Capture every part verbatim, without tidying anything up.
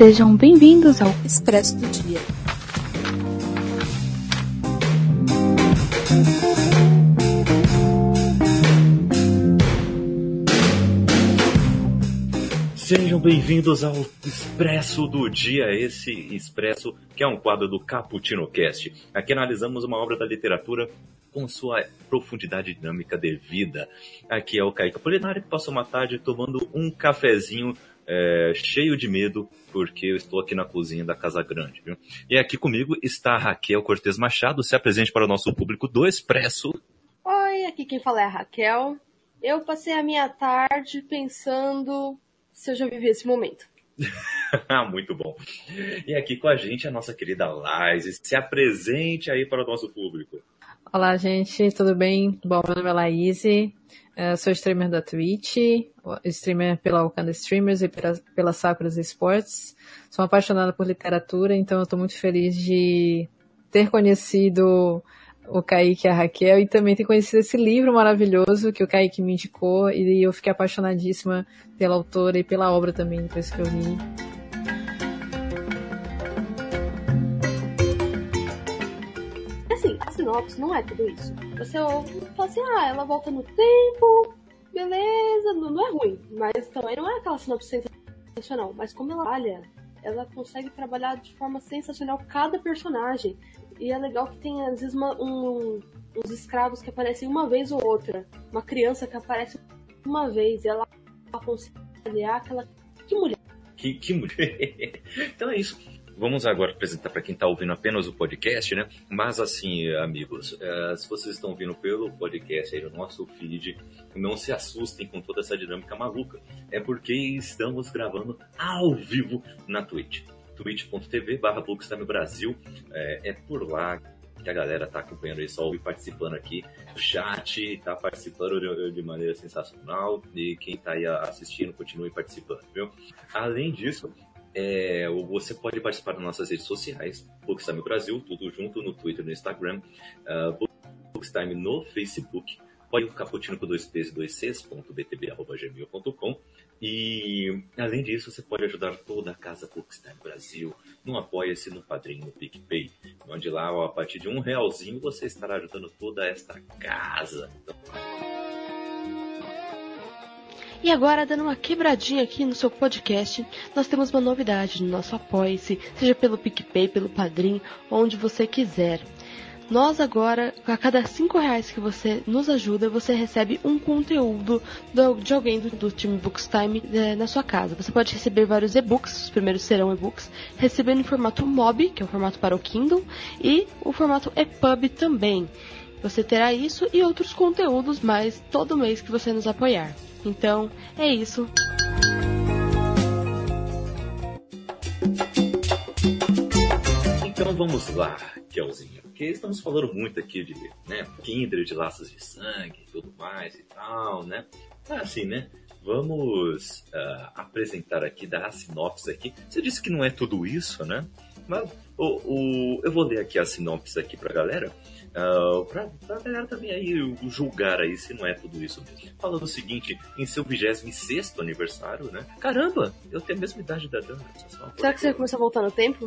Sejam bem-vindos ao Expresso do Dia. Sejam bem-vindos ao Expresso do Dia, esse Expresso que é um quadro do Cappuccino Cast. Aqui analisamos uma obra da literatura com sua profundidade dinâmica devida. Aqui é o Kaique Apolinário, que passou uma tarde tomando um cafezinho é, cheio de medo, porque eu estou aqui na cozinha da Casa Grande, viu? E aqui comigo está a Raquel Cortez Machado. Se apresente para o nosso público do Expresso. Oi, aqui quem fala é a Raquel. Eu passei a minha tarde pensando se eu já vivi esse momento. Muito bom. E aqui com a gente a nossa querida Laís. Se apresente aí para o nosso público. Olá, gente, tudo bem? Bom, meu nome é Laís, eu sou streamer da Twitch, streamer pela Wakanda Streamers e pela, pela Sakuras Esports. Sou apaixonada por literatura, então eu estou muito feliz de ter conhecido o Kaique e a Raquel e também ter conhecido esse livro maravilhoso que o Kaique me indicou, e eu fiquei apaixonadíssima pela autora e pela obra também, depois que eu li. Assim, a sinopse não é tudo isso. Você ouve e fala assim, ah, ela volta no tempo, beleza, não, não é ruim, mas também não é aquela sinopse sensacional. Mas como ela olha, ela consegue trabalhar de forma sensacional cada personagem. E é legal que tem, às vezes, uma, um, uns escravos que aparecem uma vez ou outra. Uma criança que aparece uma vez e ela consegue olhar aquela... Que mulher! Que, que mulher! Então é isso. Vamos agora apresentar para quem está ouvindo apenas o podcast, né? Mas assim, amigos, uh, se vocês estão ouvindo pelo podcast aí no nosso feed, não se assustem com toda essa dinâmica maluca. É porque estamos gravando ao vivo na Twitch. twitch ponto tv barra Bookstime Brasil. É, é por lá que a galera tá acompanhando aí, só e participando aqui do chat, tá participando de, de maneira sensacional, e quem tá aí assistindo, continue participando, viu? Além disso, é, você pode participar das nossas redes sociais, Bookstime Brasil, tudo junto, no Twitter, no Instagram, uh, Bookstime no Facebook, pode ficar Cappuccino com dois P's e dois C's, ponto b t b arroba gmail ponto com. E, além disso, você pode ajudar toda a Casa Bookstime Brasil no Apoia-se, no Padrinho, no PicPay, onde lá, ó, a partir de um realzinho, você estará ajudando toda esta casa. Então... E agora, dando uma quebradinha aqui no seu podcast, nós temos uma novidade no nosso Apoia-se, seja pelo PicPay, pelo Padrim, onde você quiser. Nós agora, a cada cinco reais que você nos ajuda, você recebe um conteúdo do, de alguém do, do time Bookstime é, na sua casa. Você pode receber vários e-books, os primeiros serão e-books, recebendo em formato M O B, que é o formato para o Kindle, e o formato E P U B também. Você terá isso e outros conteúdos mais todo mês que você nos apoiar. Então, é isso. Então vamos lá, Kelzinho, porque estamos falando muito aqui de, né, Kindred, de laços de sangue e tudo mais e tal, né? Assim, né? Vamos uh, apresentar aqui, dar a sinopse aqui. Você disse que não é tudo isso, né? Mas o, o, eu vou ler aqui a sinopse aqui pra galera, uh, pra, pra galera também aí julgar aí se não é tudo isso mesmo. Falando o seguinte, em seu vigésimo sexto aniversário, né? Caramba, eu tenho a mesma idade da Dana. Será que você vai começar a voltar no tempo?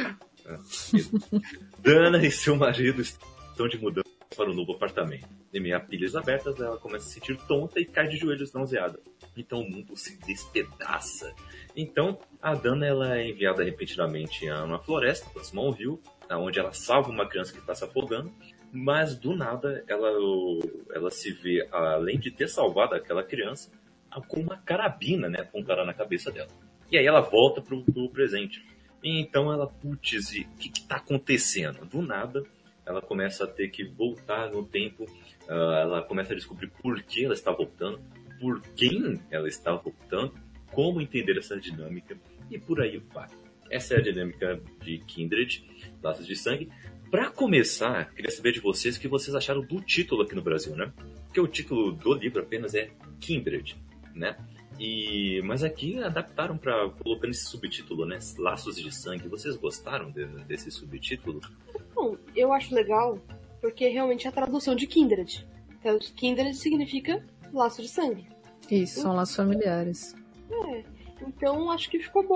Dana e seu marido estão de mudança para o novo apartamento. Em meio a pilhas abertas, ela começa a se sentir tonta e cai de joelhos nauseada. Então o mundo se despedaça. Então a Dana ela é enviada repentinamente a uma floresta, próxima a um rio, onde ela salva uma criança que está se afogando. Mas do nada ela, ela se vê, além de ter salvado aquela criança, com uma carabina, né, apontada na cabeça dela. E aí ela volta para o presente. E então ela, putz, o que está acontecendo? Do nada, ela começa a ter que voltar no tempo, uh, ela começa a descobrir por que ela está voltando, por quem ela está voltando, como entender essa dinâmica, e por aí vai. Essa é a dinâmica de Kindred, Laços de Sangue. Para começar, queria saber de vocês o que vocês acharam do título aqui no Brasil, né? Porque o título do livro apenas é Kindred, né? E, mas aqui adaptaram para colocando esse subtítulo, né? Laços de Sangue. Vocês gostaram de, desse subtítulo? Bom, eu acho legal porque realmente é a tradução de Kindred. Então, Kindred significa laço de sangue. Isso, são laços familiares. É, então acho que ficou bom.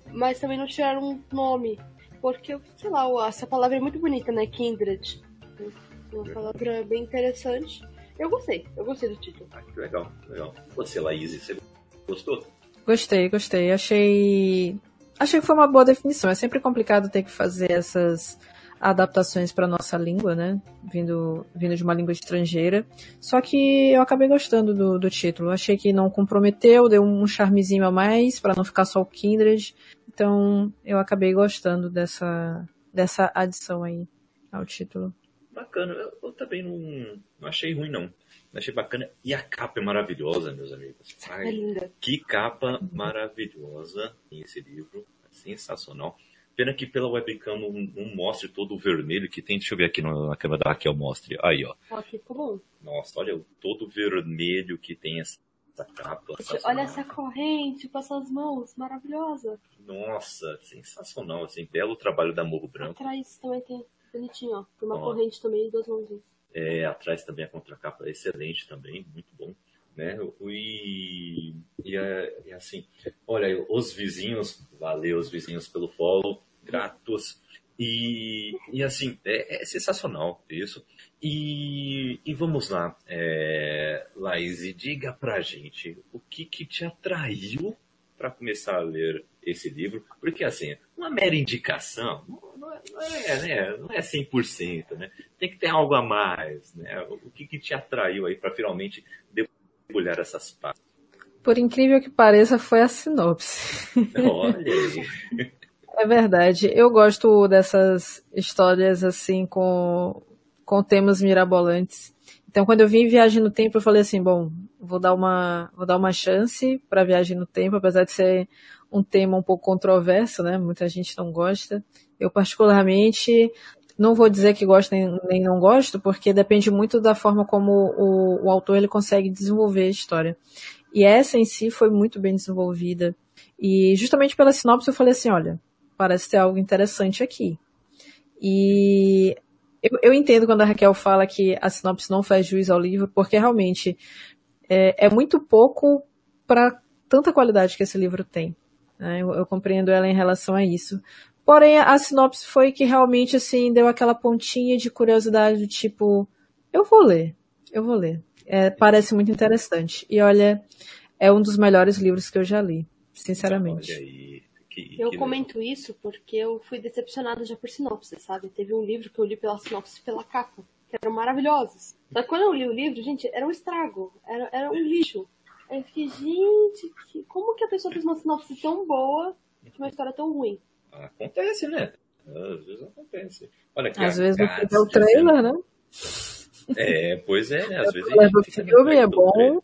mas também não tiraram um nome. Porque, sei lá, essa palavra é muito bonita, né? Kindred. Uma palavra bem interessante. Eu gostei, eu gostei do título. Ah, que legal, legal. Você, Laís, você gostou? Gostei, gostei. Achei. Achei que foi uma boa definição. É sempre complicado ter que fazer essas adaptações para nossa língua, né? Vindo, vindo de uma língua estrangeira. Só que eu acabei gostando do, do título. Achei que não comprometeu, deu um charmezinho a mais para não ficar só o Kindred. Então eu acabei gostando dessa, dessa adição aí ao título. Bacana. Eu, eu também não, não achei ruim, não. Achei bacana. E a capa é maravilhosa, meus amigos. Ai, É linda. que capa maravilhosa esse livro. Sensacional. Pena que pela webcam não, não mostre todo o vermelho que tem. Deixa eu ver aqui no, na câmera da Raquel, mostre. Aí, ó. Ó, aqui ficou bom. Nossa, olha o todo vermelho que tem essa, essa capa. Olha essa corrente com essas mãos, maravilhosa. Nossa, sensacional. Assim, belo trabalho da Morro Branco. Atrás também tem bonitinho, ó. Tem uma Ó. corrente também e duas mãozinhas. É, atrás também a contracapa é excelente também, muito bom. Né? E, e, é, e assim, olha, os vizinhos, valeu os vizinhos pelo follow, gratos. E, e assim, é, é sensacional isso. E, e vamos lá, é, Laís, diga pra gente o que, que te atraiu para começar a ler esse livro, porque assim, uma mera indicação não é, não é, né, não é cem por cento, né? Tem que ter algo a mais, né? O que, que te atraiu aí para finalmente debulhar essas páginas? Por incrível que pareça, foi a sinopse. Olha aí. É verdade. Eu gosto dessas histórias assim com, com temas mirabolantes. Então, quando eu vim em Viagem no Tempo, eu falei assim, bom, vou dar uma, vou dar uma chance para Viagem no Tempo, apesar de ser um tema um pouco controverso, né? Muita gente não gosta. Eu, particularmente, não vou dizer que gosto nem, nem não gosto, porque depende muito da forma como o, o autor ele consegue desenvolver a história. E essa em si foi muito bem desenvolvida. E justamente pela sinopse eu falei assim, olha, parece ter algo interessante aqui. E eu, eu entendo quando a Raquel fala que a sinopse não faz jus ao livro, porque realmente é, é muito pouco para tanta qualidade que esse livro tem. Né? Eu, eu compreendo ela em relação a isso. Porém, a sinopse foi que realmente assim deu aquela pontinha de curiosidade do tipo, eu vou ler, eu vou ler. É, parece muito interessante. E olha, é um dos melhores livros que eu já li, sinceramente. Olha aí. Que, eu que comento legal. Isso porque eu fui decepcionada já por sinopse, sabe? Teve um livro que eu li pela sinopse pela capa, que eram maravilhosos. Só que quando eu li o livro, gente, era um estrago, era, era um lixo. Aí eu fiquei, gente, que, como que a pessoa fez uma sinopse tão boa de uma história tão ruim? Acontece, né? Às vezes acontece. Olha aqui, às vezes Gats, é o trailer, dizendo... né? É, pois é, né? Às o vezes trailer do filme é bom.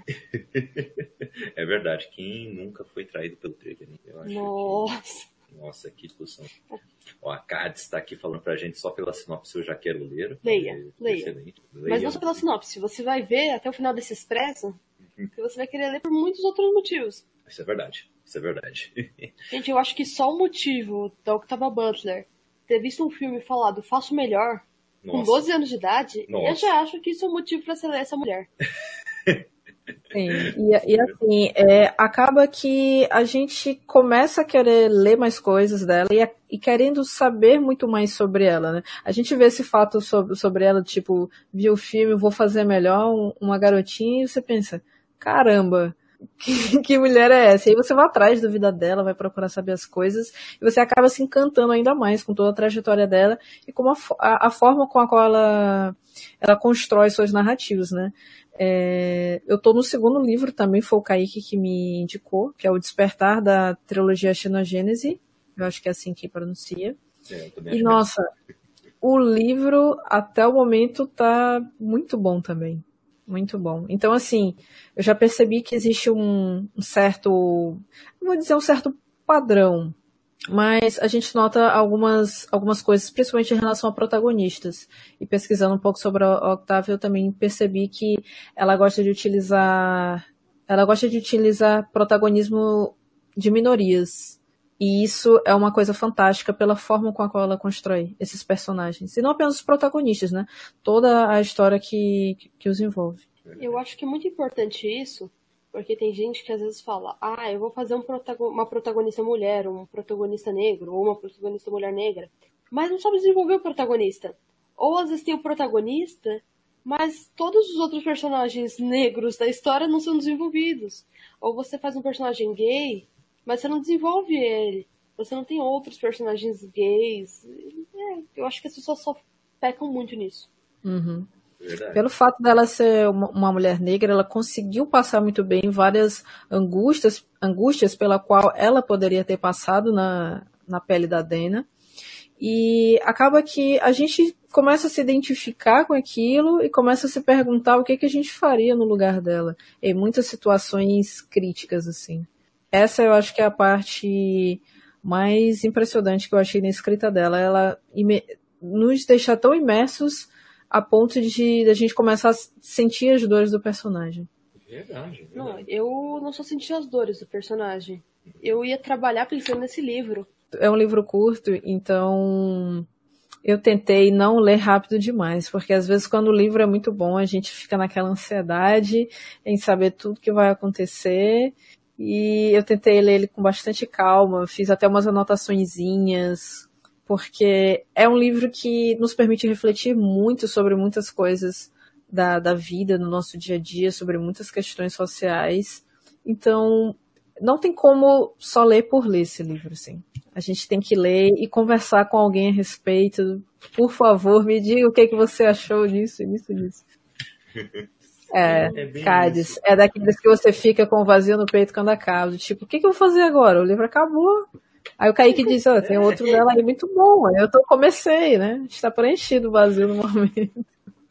É verdade, quem nunca foi traído pelo trailer? Né? Eu acho Nossa. Que... Nossa, que discussão. Ó, a Cades está aqui falando pra gente só pela sinopse, eu já quero ler. Leia, é, leia. Excelente. Leia. Mas não só pela sinopse, você vai ver até o final desse expresso que você vai querer ler por muitos outros motivos. Isso é verdade, isso é verdade. Gente, eu acho que só o motivo da Octavia Butler ter visto um filme falado Faço Melhor, Nossa. com doze anos de idade, Nossa. eu já acho que isso é um motivo pra você ler essa mulher. Sim, e, e assim, é, acaba que a gente começa a querer ler mais coisas dela e, e querendo saber muito mais sobre ela, né? A gente vê esse fato sobre, sobre ela, tipo, vi o filme, vou fazer melhor, um, uma garotinha, e você pensa, caramba, que, que mulher é essa? E aí você vai atrás da vida dela, vai procurar saber as coisas, e você acaba se encantando ainda mais com toda a trajetória dela e com a, a, a forma com a qual ela, ela constrói suas narrativas, né? É, eu tô no segundo livro também, foi o Kaique que me indicou, que é o Despertar da trilogia Xenogênese, eu acho que é assim que pronuncia. É, e nossa, o livro até o momento tá muito bom também, muito bom. Então assim, eu já percebi que existe um, um certo, não vou dizer um certo padrão, mas a gente nota algumas, algumas coisas, principalmente em relação a protagonistas. E pesquisando um pouco sobre a Octavia, eu também percebi que ela gosta de utilizar, ela gosta de utilizar protagonismo de minorias. E isso é uma coisa fantástica pela forma com a qual ela constrói esses personagens. E não apenas os protagonistas, né? Toda a história que, que os envolve. Eu acho que é muito importante isso, Porque tem gente que às vezes fala, ah, eu vou fazer um protagon- uma protagonista mulher, um protagonista negro, ou uma protagonista mulher negra, mas não sabe desenvolver o protagonista. Ou às vezes tem o protagonista, mas todos os outros personagens negros da história não são desenvolvidos. Ou você faz um personagem gay, mas você não desenvolve ele. Você não tem outros personagens gays. É, eu acho que as pessoas só pecam muito nisso. Uhum. Verdade. Pelo fato dela ser uma, uma mulher negra, ela conseguiu passar muito bem várias angústias, angústias pela qual ela poderia ter passado na, na pele da Dana. E acaba que a gente começa a se identificar com aquilo e começa a se perguntar o que, que a gente faria no lugar dela. Em muitas situações críticas, assim. Essa eu acho que é a parte mais impressionante que eu achei na escrita dela. Ela ime- nos deixa tão imersos a ponto de, de a gente começar a sentir as dores do personagem. Verdade, verdade. Não, eu não só senti as dores do personagem. Eu ia trabalhar pensando nesse livro. É um livro curto, então eu tentei não ler rápido demais, porque às vezes quando o livro é muito bom, a gente fica naquela ansiedade em saber tudo que vai acontecer, e eu tentei ler ele com bastante calma, fiz até umas anotaçõezinhas, porque é um livro que nos permite refletir muito sobre muitas coisas da, da vida, no nosso dia a dia, sobre muitas questões sociais. Então, não tem como só ler por ler esse livro, assim. A gente tem que ler e conversar com alguém a respeito. Por favor, me diga o que, que você achou disso, disso, disso. É, É bem Cádiz, isso. é daqueles que você fica com o vazio no peito quando acaba. Tipo, o que, que eu vou fazer agora? O livro acabou. Aí o Kaique diz, ó, tem outro dela aí muito bom. Aí eu tô, comecei, né? Está preenchido o vazio no momento.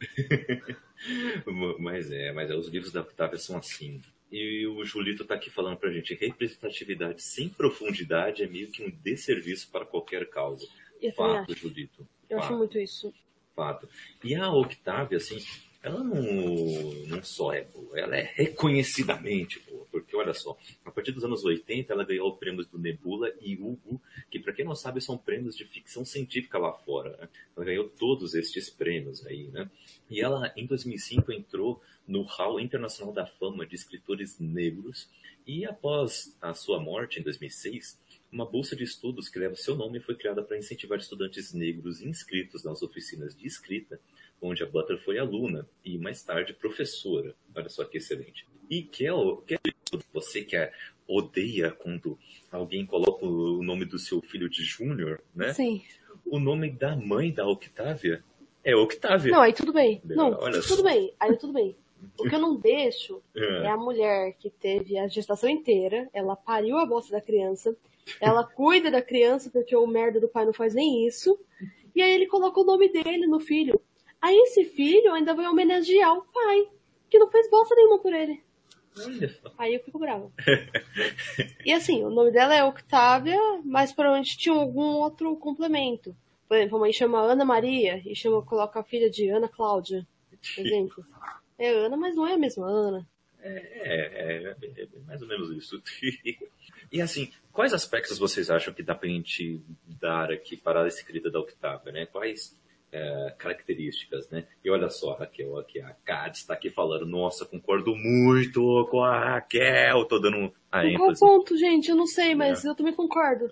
Mas é, mas é, os livros da Octavia são assim. E o Julito tá aqui falando pra gente, representatividade sem profundidade é meio que um desserviço para qualquer causa. Eu também Fato, acho. Julito. Eu Fato, acho muito isso. fato. E a Octavia, assim, ela não, não só é boa, ela é reconhecidamente boa. Porque, olha só, a partir dos anos oitenta, ela ganhou prêmios do Nebula e Hugo, que, para quem não sabe, são prêmios de ficção científica lá fora, né? Ela ganhou todos estes prêmios aí, né? E ela, em dois mil e cinco, entrou no Hall Internacional da Fama de Escritores Negros. E após a sua morte, em dois mil e seis, uma bolsa de estudos que leva seu nome foi criada para incentivar estudantes negros inscritos nas oficinas de escrita, onde a Butler foi aluna e, mais tarde, professora. Olha só que excelente. E Kel, Kel, você que é, odeia quando alguém coloca o nome do seu filho de Júnior, né? Sim. O nome da mãe da Octavia é Octavia. Não, aí tudo bem. Não, Olha tudo só. bem. Aí tudo bem. O que eu não deixo É. é a mulher que teve a gestação inteira, ela pariu a bosta da criança, ela cuida da criança porque o merda do pai não faz nem isso, e aí ele coloca o nome dele no filho. Aí esse filho ainda vai homenagear o pai, que não fez bosta nenhuma por ele. Olha só. Aí eu fico brava. E assim, o nome dela é Octavia, mas provavelmente tinha algum outro complemento. Por exemplo, a mãe chama Ana Maria e chama, coloca a filha de Ana Cláudia, por exemplo. É Ana, mas não é a mesma Ana. É, é, é, é mais ou menos isso. E assim, quais aspectos vocês acham que dá pra gente dar aqui para a escrita da Octavia, né? Quais é, características, né? E olha só, Raquel, aqui, a Cádiz está aqui falando, nossa, concordo muito com a Raquel, tô dando a Em qual ênfase. ponto, gente? Eu não sei, mas É. eu também concordo.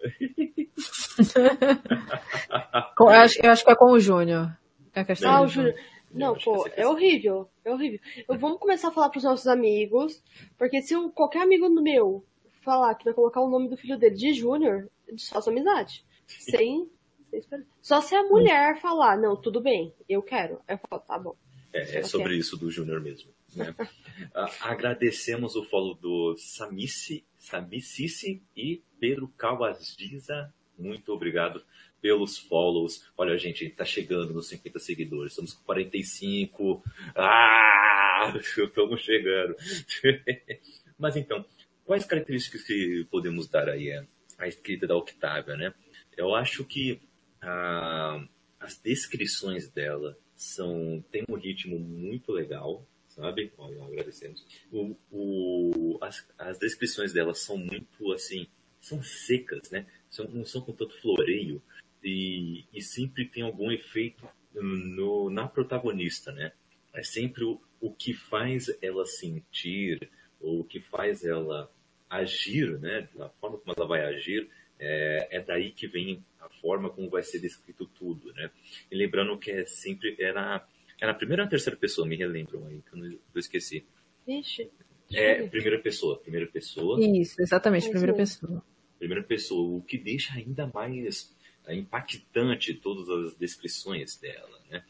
Eu acho, eu acho que é com o Júnior. É a questão Ah, do o Júnior. Não, acho que pô, essa é questão. horrível. É horrível. Eu, vamos começar a falar pros nossos amigos, porque se o- qualquer amigo meu falar que vai colocar o nome do filho dele de Júnior, desfaça amizade. Sem, sem esperar. Só se a mulher falar, não, tudo bem, eu quero. Eu falo, tá bom. É, é sobre isso do Júnior mesmo. Né? Ah, agradecemos o follow do Samici, Samicici e Pedro Kawasdiza. Muito obrigado pelos follows. Olha, gente, tá chegando nos cinquenta seguidores. Estamos com quarenta e cinco. Ah! Estamos chegando. Mas então, quais características que podemos dar aí à, à escrita da Octavia, né? Eu acho que ah, as descrições dela são, tem um ritmo muito legal, sabe? Olha, agradecemos. O, o, as, as descrições dela são muito, assim, são secas, né? São, não são com tanto floreio e, e sempre tem algum efeito no, na protagonista, né? É sempre o, o que faz ela sentir, o que faz ela agir, né, da forma como ela vai agir, é, é daí que vem a forma como vai ser descrito tudo, né? E lembrando que é sempre, é na, é na primeira ou na terceira pessoa, me relembram aí, que eu, não, eu esqueci. Vixe. É, primeira pessoa, primeira pessoa. Isso, exatamente, É primeira isso pessoa. Primeira pessoa, o que deixa ainda mais é, impactante todas as descrições dela, né?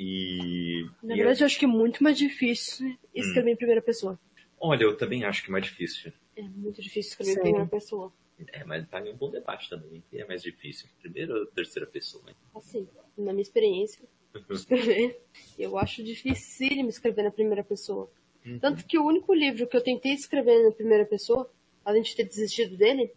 E... Na e verdade, é- eu acho que é muito mais difícil escrever em primeira pessoa. Olha, eu também acho que é mais difícil. É muito difícil escrever em Sim. primeira pessoa. É, mas tá em um bom debate também. Que é mais difícil? Primeira ou terceira pessoa? Né? Assim, na minha experiência, de escrever, eu acho dificílimo escrever na primeira pessoa. Tanto que o único livro que eu tentei escrever na primeira pessoa, além de ter desistido dele,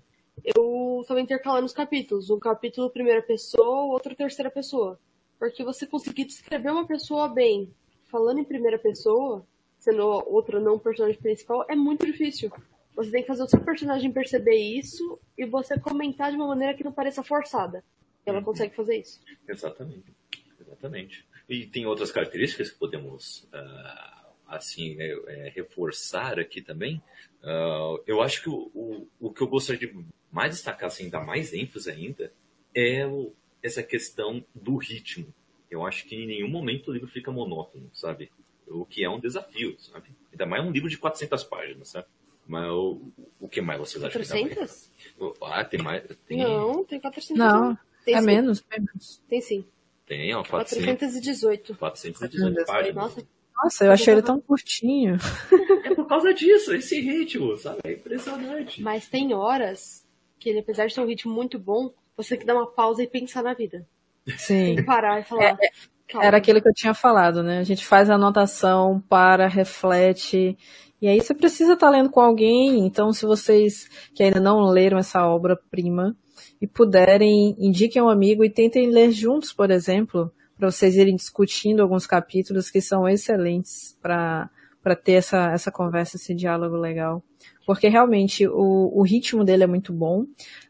eu tava intercalando os capítulos. Um capítulo primeira pessoa, o outro terceira pessoa. Porque você conseguir descrever uma pessoa bem, falando em primeira pessoa, sendo outra não o personagem principal, é muito difícil. Você tem que fazer o seu personagem perceber isso e você comentar de uma maneira que não pareça forçada. E ela Uhum. consegue fazer isso. Exatamente. Exatamente. E tem outras características que podemos, ah, assim, é, é, reforçar aqui também. Ah, eu acho que o, o, o que eu gostaria de mais destacar, assim, dar mais ênfase ainda, é o, essa questão do ritmo. Eu acho que em nenhum momento o livro fica monótono, sabe? O que é um desafio, sabe? Ainda mais um livro de quatrocentas páginas, sabe? Mas o, o que mais vocês acham que dá mais? quatrocentas? Ah, tem mais? Tem, Não, tem quatrocentas. Não, Tem é sim. menos, é menos. Tem sim. tem, ó, quatrocentas, quatrocentas e dezoito. quatrocentas e dezoito páginas. Nossa, Nossa, eu achei ele tão curtinho. É por causa disso, esse ritmo, sabe? É impressionante. mas tem horas que ele, apesar de ter um ritmo muito bom, você tem que dar uma pausa e pensar na vida. Sim. Tem que parar e falar. calma. Era aquilo que eu tinha falado, né? A gente faz a anotação, para, reflete, e aí você precisa estar lendo com alguém. Então, se vocês que ainda não leram essa obra-prima e puderem, indiquem um amigo e tentem ler juntos, por exemplo, para vocês irem discutindo alguns capítulos que são excelentes para para ter essa, essa conversa, esse diálogo legal. Porque realmente o, o ritmo dele é muito bom.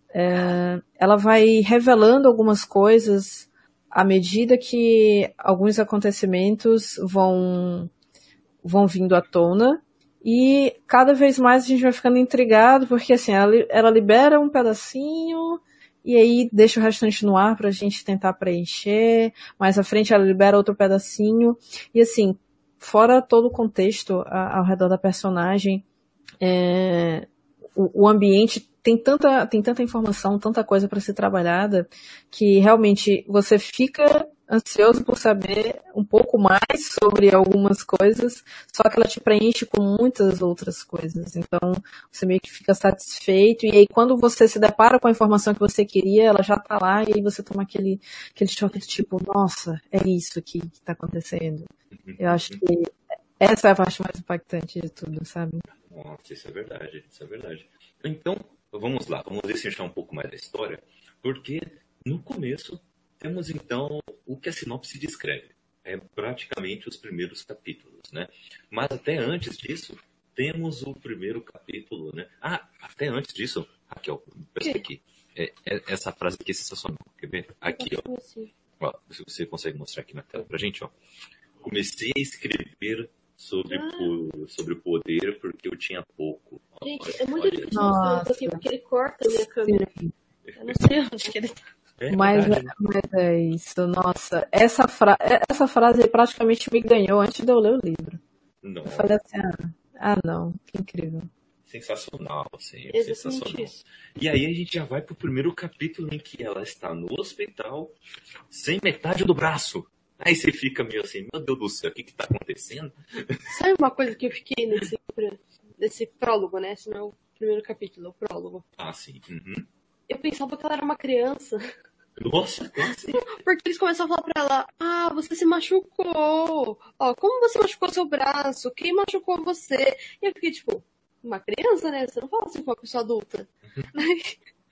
É, ela vai revelando algumas coisas à medida que alguns acontecimentos vão, vão vindo à tona, e cada vez mais a gente vai ficando intrigado, porque assim, ela, ela libera um pedacinho, e aí deixa o restante no ar pra gente tentar preencher, mais à frente ela libera outro pedacinho, e assim, fora todo o contexto a, ao redor da personagem, é, o, o ambiente tem tanta, tem tanta informação, tanta coisa para ser trabalhada, que realmente você fica ansioso por saber um pouco mais sobre algumas coisas, só que ela te preenche com muitas outras coisas. Então, você meio que fica satisfeito, e aí quando você se depara com a informação que você queria, ela já tá lá, e aí você toma aquele, aquele choque do tipo, nossa, é isso aqui que tá acontecendo. Eu acho que essa é a parte mais impactante de tudo, sabe? Nossa, isso é verdade, isso é verdade. Então, vamos lá, vamos destrinchar um pouco mais da história, porque no começo temos então o que a sinopse descreve. É praticamente os primeiros capítulos, né? Mas até antes disso, temos o primeiro capítulo, né? Ah, até antes disso, Raquel, presta aqui. É, é, essa frase aqui é sensacional. Quer ver? Aqui, ó. Ó, se você consegue mostrar aqui na tela pra gente, ó. Comecei a escrever sobre, ah. o, sobre o poder porque eu tinha pouco. Gente, olha, é muito olha. difícil mostrar aqui porque ele corta a minha câmera. Eu não sei onde que ele tá. É mas, verdade, né? mas é isso, nossa, essa, fra essa frase aí praticamente me ganhou antes de eu ler o livro. Não, Eu falei assim, ah, ah não, que incrível. sensacional, assim, Exatamente sensacional. isso. E aí a gente já vai pro primeiro capítulo em que ela está no hospital sem metade do braço. Aí você fica meio assim, meu Deus do céu, o que que tá acontecendo? Sabe uma coisa que eu fiquei nesse, nesse prólogo, né? Esse não é o primeiro capítulo, é o prólogo. Ah, sim. Uhum. Eu pensava que ela era uma criança. Nossa, como assim? Porque eles começam a falar pra ela, ah, você se machucou. Ó, como você machucou seu braço? Quem machucou você? E eu fiquei tipo, uma criança, né? Você não fala assim com uma pessoa adulta. Mas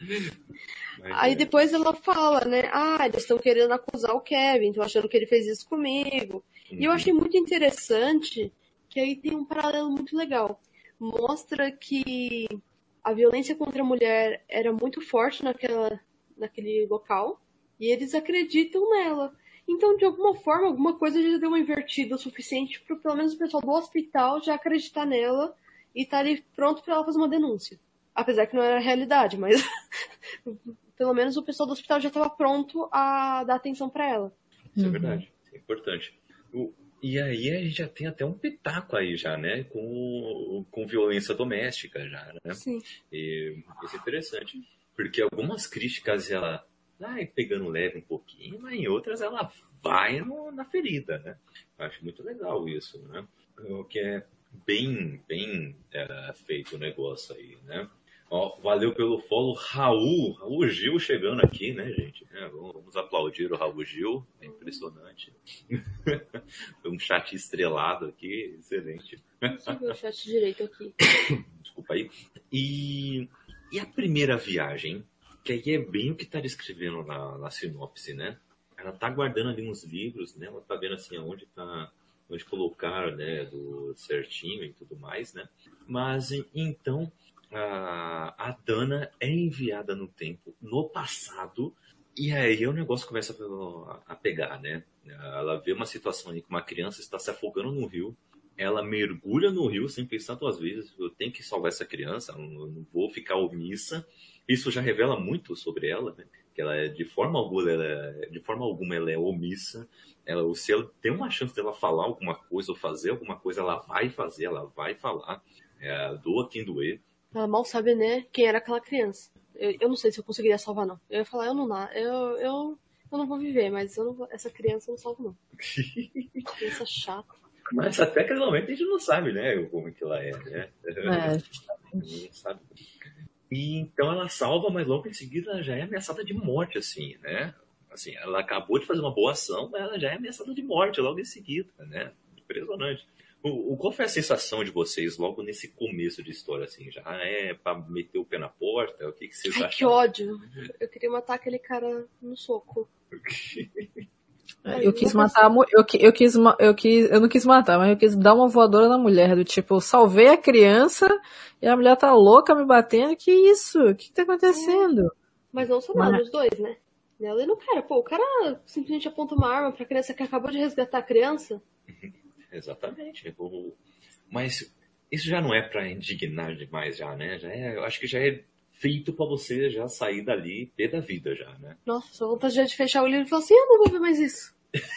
Aí é. depois ela fala, né? Ah, eles estão querendo acusar o Kevin, estão achando que ele fez isso comigo. Uhum. E eu achei muito interessante que aí tem um paralelo muito legal. Mostra que a violência contra a mulher era muito forte naquela, naquele local e eles acreditam nela. Então, de alguma forma, alguma coisa já deu uma invertida o suficiente para pelo menos o pessoal do hospital já acreditar nela e tá ali pronto pra ela fazer uma denúncia. Apesar que não era a realidade, mas pelo menos o pessoal do hospital já estava pronto a dar atenção pra ela. Isso uhum. é verdade, é importante. O, e aí a gente já tem até um pitaco aí já, né? Com, com violência doméstica já, né? Sim. E isso é interessante, porque algumas críticas ela vai pegando leve um pouquinho, mas em outras ela vai no, na ferida, né? Eu acho muito legal isso, né? O que é bem, bem é, feito o negócio aí, né? Ó, valeu pelo follow, Raul, Raul Gil chegando aqui, né, gente? É, vamos aplaudir o Raul Gil, é impressionante. Foi um chat estrelado aqui, excelente. Deixa eu ver o chat direito aqui. Desculpa aí. E, e a primeira viagem, que aí é bem o que está descrevendo na, na sinopse, né? Ela tá guardando ali uns livros, né? Ela tá vendo assim aonde tá, onde colocar, né, do certinho e tudo mais, né? Mas então a, a Dana é enviada no tempo, no passado, e aí o negócio começa a, a pegar, né? Ela vê uma situação ali que uma criança está se afogando no rio, ela mergulha no rio sem pensar duas vezes, eu tenho que salvar essa criança, eu não vou ficar omissa. Isso já revela muito sobre ela, né? Que ela é, de forma alguma, ela é, de forma alguma ela é omissa. Ela, se ela tem uma chance dela falar alguma coisa ou fazer alguma coisa, ela vai fazer, ela vai falar. É, doa quem doer. Ela mal sabe, né, quem era aquela criança. Eu, eu não sei se eu conseguiria salvar, não. Eu ia falar, eu não, eu, eu, eu não vou viver, mas eu não vou, essa criança eu não salvo, não. Criança chata. Mas até aquele momento a gente não sabe, né, como que ela é, né? É. Não sabe. E então ela salva, mas logo em seguida ela já é ameaçada de morte, assim, né? Assim, ela acabou de fazer uma boa ação, mas ela já é ameaçada de morte logo em seguida, né? Impressionante. O, o, qual foi a sensação de vocês logo nesse começo de história, assim? Já é pra meter o pé na porta? O que, que vocês Ai, acharam? que ódio. Eu queria matar aquele cara no soco. Eu quis matar a mulher. Eu, eu, quis, eu, quis, eu não quis matar, mas eu quis dar uma voadora na mulher. Do tipo, salvei a criança e a mulher tá louca me batendo. Que isso? O que, que tá acontecendo? Mas não só nada, os dois, né? Ela e no cara. Pô, o cara simplesmente aponta uma arma pra criança que acabou de resgatar a criança. Exatamente. Mas isso já não é pra indignar demais, já, né? Já é, eu acho que já é feito pra você já sair dali pé da vida, já, né? Nossa, só vontade já de fechar o livro e falar assim, eu não vou ver mais isso.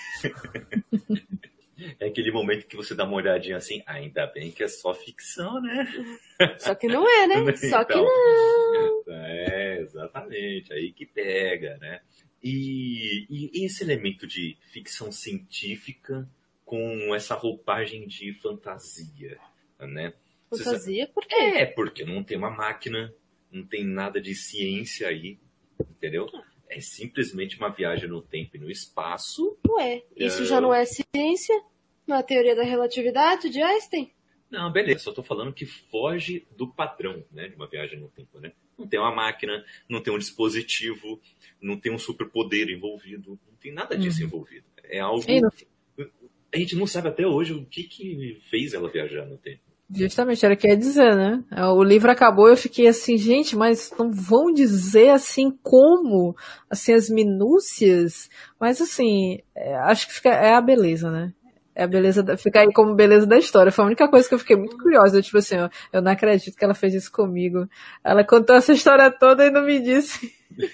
É aquele momento que você dá uma olhadinha assim, ainda bem que é só ficção, né? Só que não é, né? Então, Só que não. É, exatamente, aí que pega, né? E, e esse elemento de ficção científica com essa roupagem de fantasia, né? Fantasia? Por quê? É, porque não tem uma máquina, não tem nada de ciência aí, entendeu? É simplesmente uma viagem no tempo e no espaço. Ué, isso é... já não é ciência? Não é a teoria da relatividade de Einstein? Não, beleza, só tô falando que foge do padrão, né, de uma viagem no tempo, né? Não tem uma máquina, não tem um dispositivo, não tem um superpoder envolvido, não tem nada disso uhum. envolvido. É algo... A gente não sabe até hoje o que que fez ela viajar no tempo. Justamente, era o que eu ia dizer, né? O livro acabou e eu fiquei assim, gente, mas não vão dizer assim como, assim, as minúcias, mas assim, é, acho que fica, é a beleza, né? É a beleza, da, fica aí como beleza da história. Foi a única coisa que eu fiquei muito curiosa, eu, tipo assim, ó, eu não acredito que ela fez isso comigo. Ela contou essa história toda e não me disse,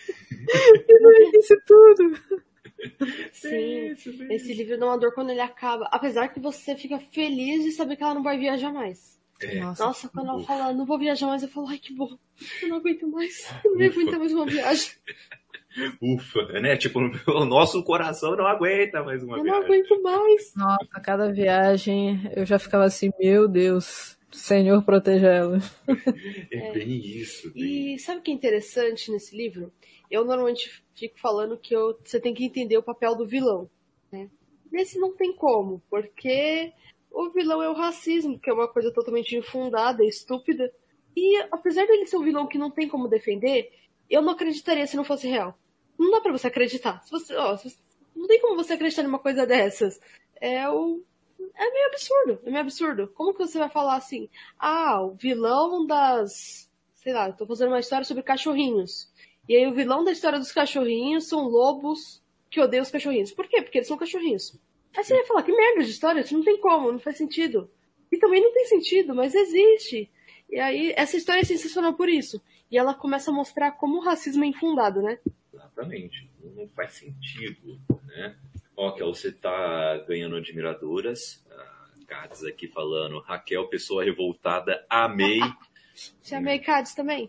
e não me disse tudo. Sim, esse livro dá uma dor quando ele acaba. Apesar que você fica feliz de saber que ela não vai viajar mais. É. Nossa, Nossa, quando ela fala, não vou viajar mais, eu falo, ai que bom, eu não aguento mais, eu não aguento mais uma viagem. Ufa, né? Tipo, o nosso coração não aguenta mais uma eu viagem. Eu não aguento mais. Nossa, cada viagem eu já ficava assim, meu Deus, Senhor proteja ela. É, é bem isso. Bem... E sabe o que é interessante nesse livro? Eu normalmente fico falando que eu, você tem que entender o papel do vilão, né? Nesse não tem como, porque o vilão é o racismo, que é uma coisa totalmente infundada, estúpida. E apesar dele ser um vilão que não tem como defender, eu não acreditaria se não fosse real. Não dá pra você acreditar. Se você, ó, se você, não tem como você acreditar numa coisa dessas. É o... É meio absurdo, é meio absurdo. Como que você vai falar assim, ah, o vilão das... Sei lá, eu tô fazendo uma história sobre cachorrinhos. E aí o vilão da história dos cachorrinhos são lobos que odeiam os cachorrinhos. Por quê? Porque eles são cachorrinhos. Aí você vai falar, que merda de história, isso não tem como, não faz sentido. E também não tem sentido, mas existe. E aí, essa história é sensacional por isso. E ela começa a mostrar como o racismo é infundado, né? Exatamente. Não faz sentido, né? Ó, que você tá ganhando admiradoras. A Cades aqui falando. Raquel, pessoa revoltada. Amei. Você amei Cades também?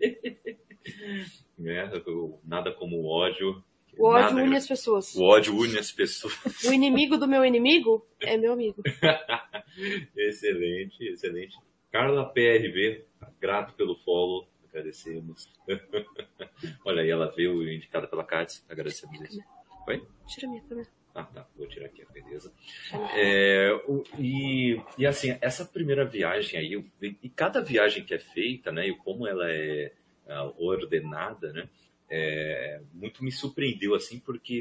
né? Nada como o ódio. O ódio Nada... une as pessoas. O ódio une as pessoas. O inimigo do meu inimigo é meu amigo. Excelente, excelente. Carla P R V, grato pelo follow, agradecemos. Olha aí, ela veio indicada pela Cades, agradecemos isso. Oi? Tira a minha câmera. Ah, tá, vou tirar aqui, beleza. É, o, e, e assim, essa primeira viagem aí, e cada viagem que é feita, né, e como ela é ordenada, né, é, muito me surpreendeu, assim, porque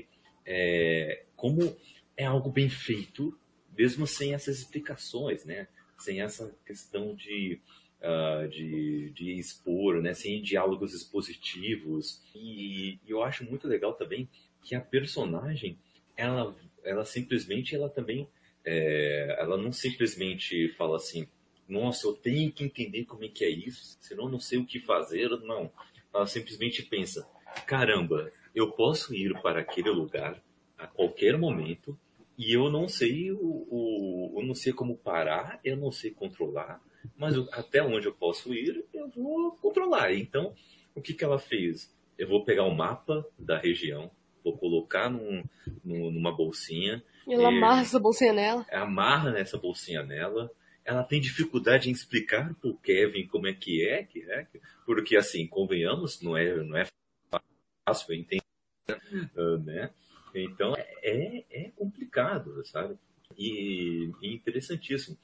é, como é algo bem feito, mesmo sem essas explicações, né, sem essa questão de, uh, de, de expor, né, sem diálogos expositivos. E, e eu acho muito legal também que a personagem, ela, ela simplesmente, ela também, é, ela não simplesmente fala assim, nossa, eu tenho que entender como é que é isso, senão eu não sei o que fazer. Não, ela simplesmente pensa, caramba, eu posso ir para aquele lugar a qualquer momento e eu não sei o, o eu não sei como parar, eu não sei controlar, mas eu, até onde eu posso ir, eu vou controlar. Então, o que que ela fez? Eu vou pegar o mapa da região, vou colocar num, num, numa bolsinha. Ela e, amarra essa bolsinha nela. Amarra nessa bolsinha nela. Ela tem dificuldade em explicar pro Kevin como é que é, que é, porque assim, convenhamos, não é, não é fácil entender, né? Então é, é complicado, sabe? E, e interessantíssimo.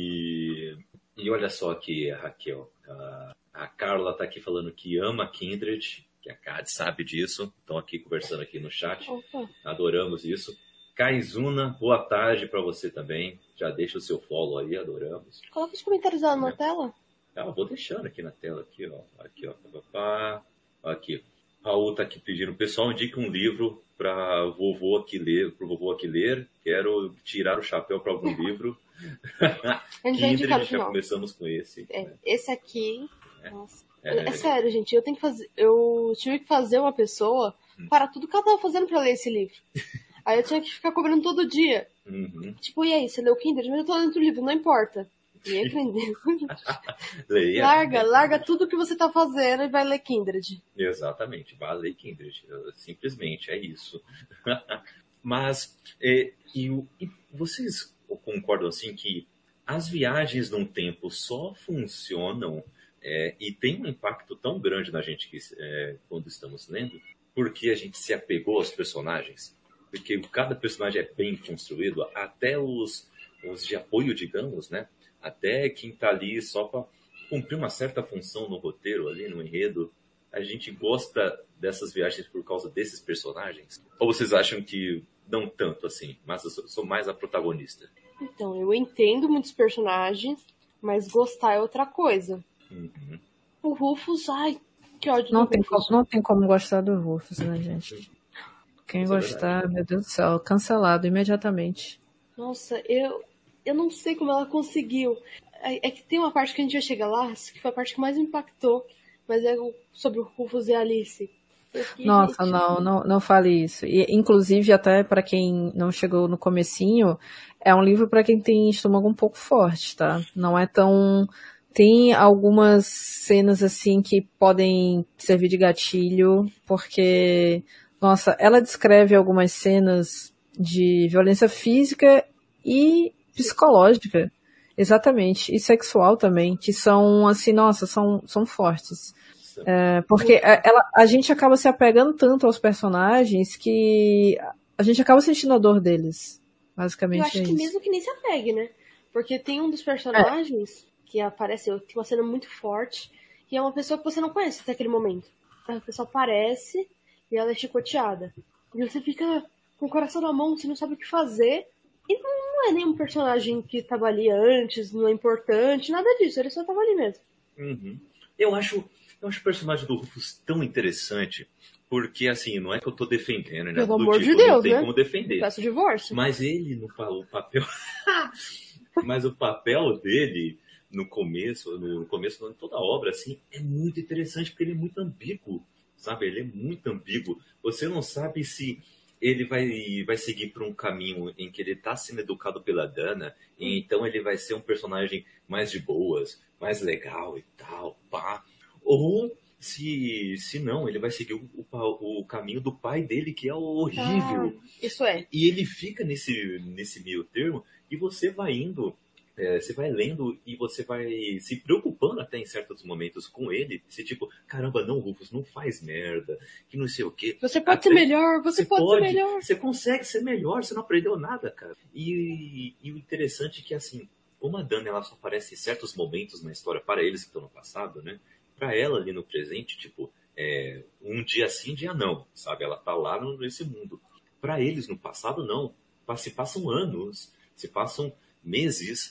E, e olha só aqui, Raquel, a, a Carla tá aqui falando que ama a Kindred, que a Cade sabe disso, estão aqui conversando aqui no chat. Opa. Adoramos isso. Kaizuna, boa tarde para você também. Já deixa o seu follow aí, adoramos. Coloca os comentários lá na é. tela. Ah, eu vou deixando aqui na tela, aqui, ó. Aqui, ó. Papá. Aqui. Raul tá aqui pedindo, pessoal, indica um livro para vovô aqui ler, pro vovô aqui ler. Quero tirar o chapéu para algum livro. A gente vai indicar no já final. Começamos com esse. É, né? Esse aqui. É. Nossa. É, é, é sério, gente. Eu tenho que fazer. Eu tive que fazer uma pessoa hum. para tudo que ela tava fazendo para ler esse livro. Aí eu tinha que ficar cobrando todo dia. Uhum. Tipo, e aí, você leu o Kindred? Mas eu tô lendo o livro, não importa. E aprendeu. Leia. Larga, larga tudo que você tá fazendo e vai ler Kindred. Exatamente, vai ler Kindred. Simplesmente, é isso. Mas, é, e, e vocês concordam assim que as viagens num tempo só funcionam é, e tem um impacto tão grande na gente que, é, quando estamos lendo, porque a gente se apegou aos personagens? Porque cada personagem é bem construído, até os, os de apoio, digamos, né? Até quem tá ali só para cumprir uma certa função no roteiro, ali no enredo. A gente gosta dessas viagens por causa desses personagens? Ou vocês acham que não tanto assim, mas eu sou mais a protagonista? Então, eu entendo muitos personagens, mas gostar é outra coisa. Uhum. O Rufus, ai, que ódio não do tem Rufus. Como, não tem como gostar do Rufus, né, gente? Quem Isso gostar, é meu Deus do céu, cancelado imediatamente. Nossa, eu, eu não sei como ela conseguiu. É, é que tem uma parte que a gente vai chegar lá, que foi a parte que mais me impactou, mas é sobre o Rufus e a Alice. Fiquei, Nossa, gente... não, não, não fale isso. E, inclusive, até para quem não chegou no comecinho, é um livro para quem tem estômago um pouco forte, tá? Não é tão... Tem algumas cenas, assim, que podem servir de gatilho, porque... Nossa, ela descreve algumas cenas de violência física e psicológica, exatamente, e sexual também, que são, assim, nossa, são, são fortes. É, porque ela, a gente acaba se apegando tanto aos personagens que a gente acaba sentindo a dor deles, basicamente. Eu acho é que isso. mesmo que nem se apegue, né? Porque tem um dos personagens é. que aparece, tem uma cena muito forte, e é uma pessoa que você não conhece até aquele momento. A pessoa aparece... E ela é chicoteada. E você fica com o coração na mão, você não sabe o que fazer. E não é nenhum personagem que estava ali antes, não é importante, nada disso. Ele só estava ali mesmo. Uhum. Eu acho, eu acho o personagem do Rufus tão interessante, porque assim, não é que eu tô defendendo, né? Pelo do amor tipo, de Deus, não tem né? como defender. Peço divórcio. Mas ele, no o papel... Mas o papel dele no começo, no começo de toda a obra, assim, é muito interessante porque ele é muito ambíguo, sabe? Ele é muito ambíguo. Você não sabe se ele vai, vai seguir por um caminho em que ele está sendo educado pela Dana, e então ele vai ser um personagem mais de boas, mais legal e tal, pá. Ou se, se não, ele vai seguir o, o, o caminho do pai dele, que é horrível. Ah, isso é. E ele fica nesse, nesse meio termo, e você vai indo, é, você vai lendo e você vai se preocupando até em certos momentos com ele. Você tipo, caramba, não, Rufus, não faz merda, que não sei o quê. Você pode Até, ser melhor, você, você pode, pode ser melhor. Você consegue ser melhor, você não aprendeu nada, cara. E, e o interessante é que, assim, como a Dana, ela só aparece em certos momentos na história, para eles que estão no passado, né? Para ela ali no presente, tipo, é, um dia sim, dia não, sabe? Ela tá lá nesse mundo. Para eles no passado, não. Se passam anos, se passam meses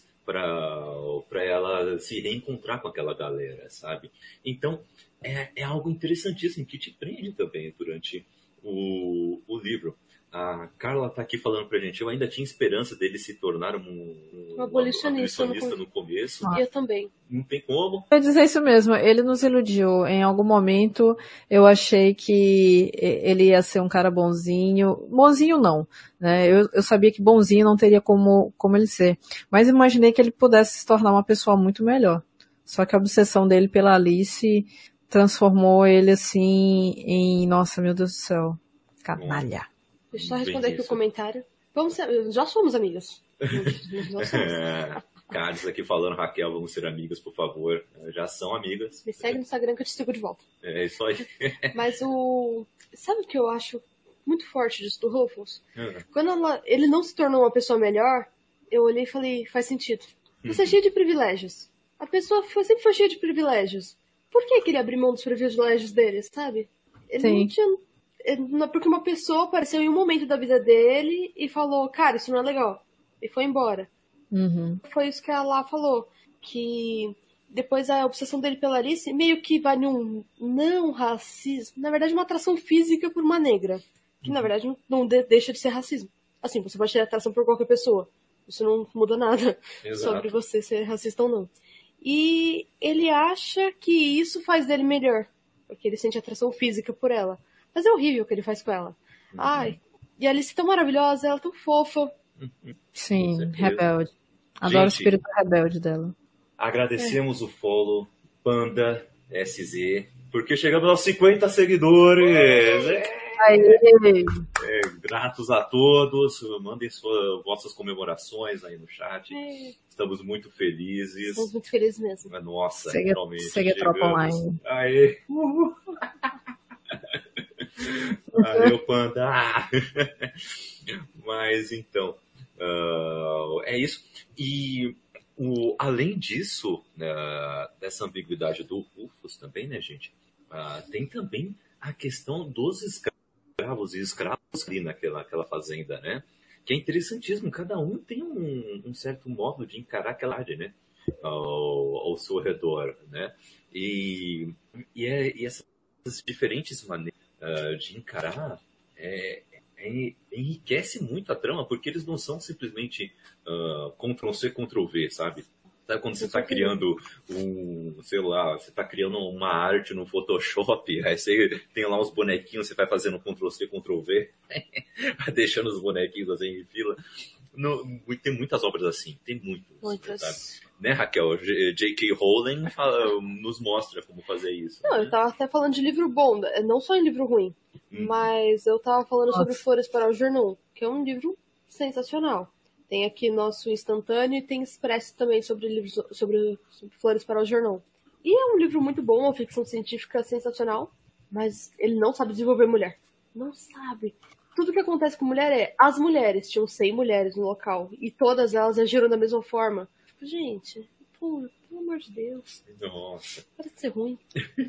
para ela se reencontrar com aquela galera, sabe? Então, é, é algo interessantíssimo que te prende também durante o, o livro. A Carla tá aqui falando pra gente, eu ainda tinha esperança dele se tornar um, um, Um abolicionista, um abolicionista no começo. Eu também. Não tem como. Eu ia dizer isso mesmo, ele nos iludiu. Em algum momento eu achei que ele ia ser um cara bonzinho. Bonzinho não, né? Eu, eu sabia que bonzinho não teria como, como ele ser. Mas imaginei que ele pudesse se tornar uma pessoa muito melhor. Só que a obsessão dele pela Alice transformou ele assim em, nossa, meu Deus do céu, canalha. Deixa eu só responder aqui o comentário. Vamos ser, já somos amigas. Nós somos. É, Carlos aqui falando, Raquel, vamos ser amigas, por favor. Já são amigas. Me segue no Instagram que eu te sigo de volta. É isso aí. Mas o... Sabe o que eu acho muito forte disso do Rufus? Uhum. Quando ela... ele não se tornou uma pessoa melhor, eu olhei e falei, faz sentido. Você é cheio de privilégios. A pessoa foi, sempre foi cheia de privilégios. Por que queria abrir mão dos privilégios dele, sabe? Ele Sim. não tinha... Porque uma pessoa apareceu em um momento da vida dele e falou, cara, isso não é legal. E foi embora. Uhum. Foi isso que a Lá falou. Que depois a obsessão dele pela Alice meio que vai num não racismo. Na verdade, uma atração física por uma negra. Que na verdade não de- deixa de ser racismo. Assim, você pode ter atração por qualquer pessoa. Isso não muda nada Exato. sobre você ser racista ou não. E ele acha que isso faz dele melhor. Porque ele sente atração física por ela. Mas é horrível o que ele faz com ela. Uhum. Ai, e a Alice é tão maravilhosa, ela é tão fofa. Sim, rebelde. Adoro Gente, o espírito rebelde dela. Agradecemos é. o follow, Panda S Z, porque chegamos aos cinquenta seguidores. É. É, gratos a todos. Mandem suas, vossas comemorações aí no chat. É. Estamos muito felizes. Estamos muito felizes mesmo. Nossa, segue, realmente. Segue a tropa online. Aê. Valeu, Panda. Mas então, uh, é isso. E o, além disso, uh, dessa ambiguidade do Rufus também, né, gente? Uh, tem também a questão dos escravos e escravos ali naquela, naquela fazenda, né? Que é interessantíssimo. Cada um tem um, um certo modo de encarar aquela área, né? Ao, ao seu redor, né? E, e, é, e essas diferentes maneiras Uh, de encarar é, é, enriquece muito a trama, porque eles não são simplesmente uh, Ctrl-C, Ctrl-V, sabe? Sabe quando você está criando um, sei lá, você está criando uma arte no Photoshop, aí você tem lá uns bonequinhos, você vai fazendo Ctrl-C, Ctrl-V, vai deixando os bonequinhos assim em fila. No, tem muitas obras assim, tem muitas. Muitas. Sabe? Né, Raquel? J K. Rowling fala, nos mostra como fazer isso. Não, né? Eu tava até falando de livro bom, não só em livro ruim, hum. mas eu tava falando Nossa. sobre Flores para o Jornal, que é um livro sensacional. Tem aqui nosso instantâneo e tem expresso também sobre livros sobre, sobre Flores para o Jornal. E é um livro muito bom, uma ficção científica sensacional, mas ele não sabe desenvolver mulher. Não sabe. Tudo que acontece com mulher é, as mulheres, tinham cem mulheres no local, e todas elas agiram da mesma forma. Gente, pô, pelo amor de Deus. Nossa. Parece ser ruim.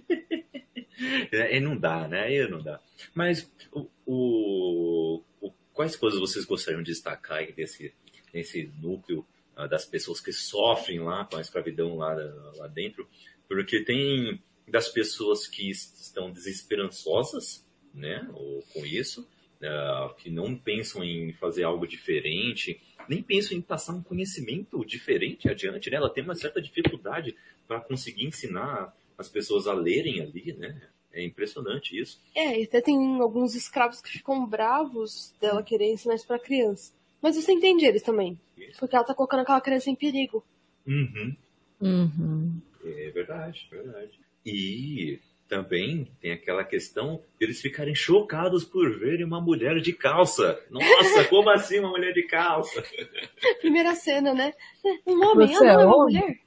é, não dá, né? Aí não dá. Mas o, o, o, quais coisas vocês gostariam de destacar aí desse, nesse núcleo uh, das pessoas que sofrem lá com a escravidão lá, lá dentro? Porque tem das pessoas que estão desesperançosas, né, ou, com isso, uh, que não pensam em fazer algo diferente, nem pensam em passar um conhecimento diferente adiante, né? Ela tem uma certa dificuldade para conseguir ensinar as pessoas a lerem ali, né? É impressionante isso. É, e até tem alguns escravos que ficam bravos dela querer ensinar isso pra criança. Mas você entende eles também. Isso. Porque ela tá colocando aquela criança em perigo. Uhum. Uhum. É verdade, verdade. E também tem aquela questão deles ficarem chocados por verem uma mulher de calça. Nossa, como assim uma mulher de calça? Primeira cena, né? Um homem, Você ah, não é é uma homem? mulher.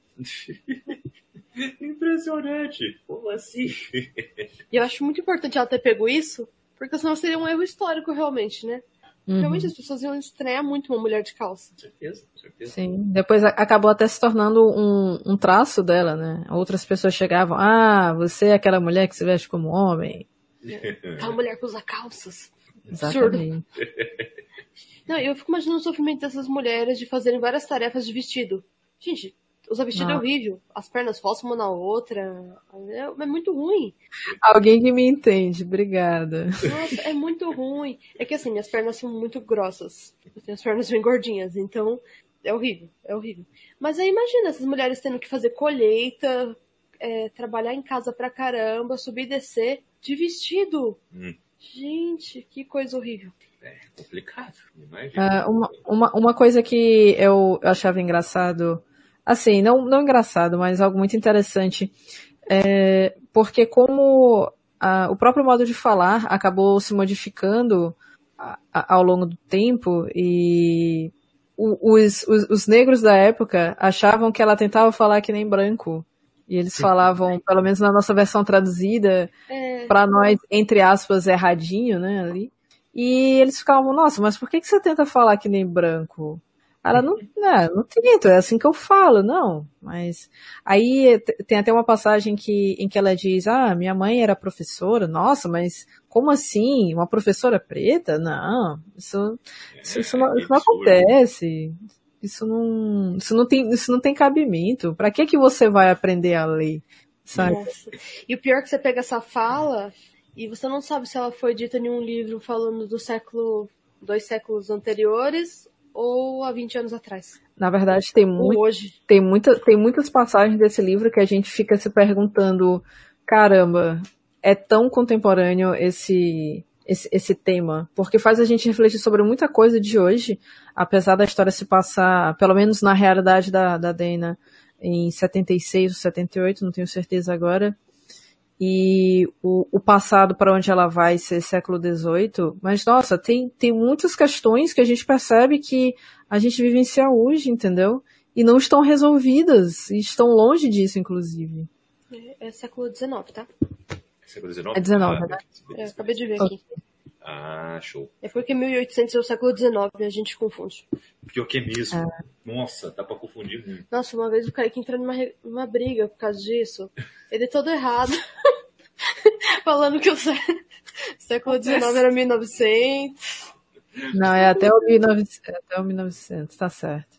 Impressionante. Como assim? E eu acho muito importante ela ter pego isso, porque senão seria um erro histórico realmente, né? Realmente as pessoas iam estranhar muito uma mulher de calça. Com certeza, com certeza. Sim, depois a- acabou até se tornando um, um traço dela, né? Outras pessoas chegavam, ah, você é aquela mulher que se veste como homem. Aquela mulher que usa calças. Exatamente. Não, eu fico imaginando o sofrimento dessas mulheres de fazerem várias tarefas de vestido. Gente, usar vestido é Não. horrível. As pernas roçam uma na outra. É, é muito ruim. Alguém que me entende, obrigada. Nossa, é muito ruim. É que assim, minhas pernas são muito grossas. Eu tenho as pernas bem gordinhas, então é horrível, é horrível. Mas aí imagina essas mulheres tendo que fazer colheita, é, trabalhar em casa pra caramba, subir e descer de vestido. Hum. Gente, que coisa horrível. É complicado, imagina. Ah, uma, uma, uma coisa que eu achava engraçado, assim, não, não engraçado, mas algo muito interessante, é porque como ah, o próprio modo de falar acabou se modificando a- a- ao longo do tempo e o- os, os, os negros da época achavam que ela tentava falar que nem branco. E eles falavam, pelo menos na nossa versão traduzida, É, pra nós, entre aspas, erradinho, né, ali. E eles ficavam, nossa, mas por que, que você tenta falar que nem branco? Ela não, não, não tento, é assim que eu falo, não. Mas aí t- tem até uma passagem que, em que ela diz, ah, minha mãe era professora, nossa, mas como assim? Uma professora preta? Não, isso, isso, isso não, isso não absurdo. acontece. Isso não, isso não tem, isso não tem cabimento. Pra que que você vai aprender a ler? Sabe? nossa. E o pior é que você pega essa fala e você não sabe se ela foi dita em um livro falando do século, dois séculos anteriores ou há vinte anos atrás. Na verdade, tem Ou muito, hoje. tem muita, tem muitas passagens desse livro que a gente fica se perguntando, caramba, é tão contemporâneo esse, esse, esse tema, porque faz a gente refletir sobre muita coisa de hoje, apesar da história se passar, pelo menos na realidade da, da Dana, em setenta e seis ou setenta e oito, não tenho certeza agora, e o, o passado para onde ela vai ser século dezoito, mas nossa, tem, tem muitas questões que a gente percebe que a gente vivencia hoje, entendeu? E não estão resolvidas, e estão longe disso, inclusive. É, é século dezenove, tá? Século dezenove? É dezenove, Ah, né? É, acabei de ver Ok. aqui. Ah, show. É porque mil e oitocentos é o século dezenove e a gente confunde. Pior que é mesmo. Nossa, dá pra confundir muito. Nossa, uma vez o Kaique entrou numa, re- numa briga por causa disso. Ele todo errado. Falando que o sé- século dezenove era mil e novecentos. Não, é até o mil e novecentos, é até o mil e novecentos, tá certo.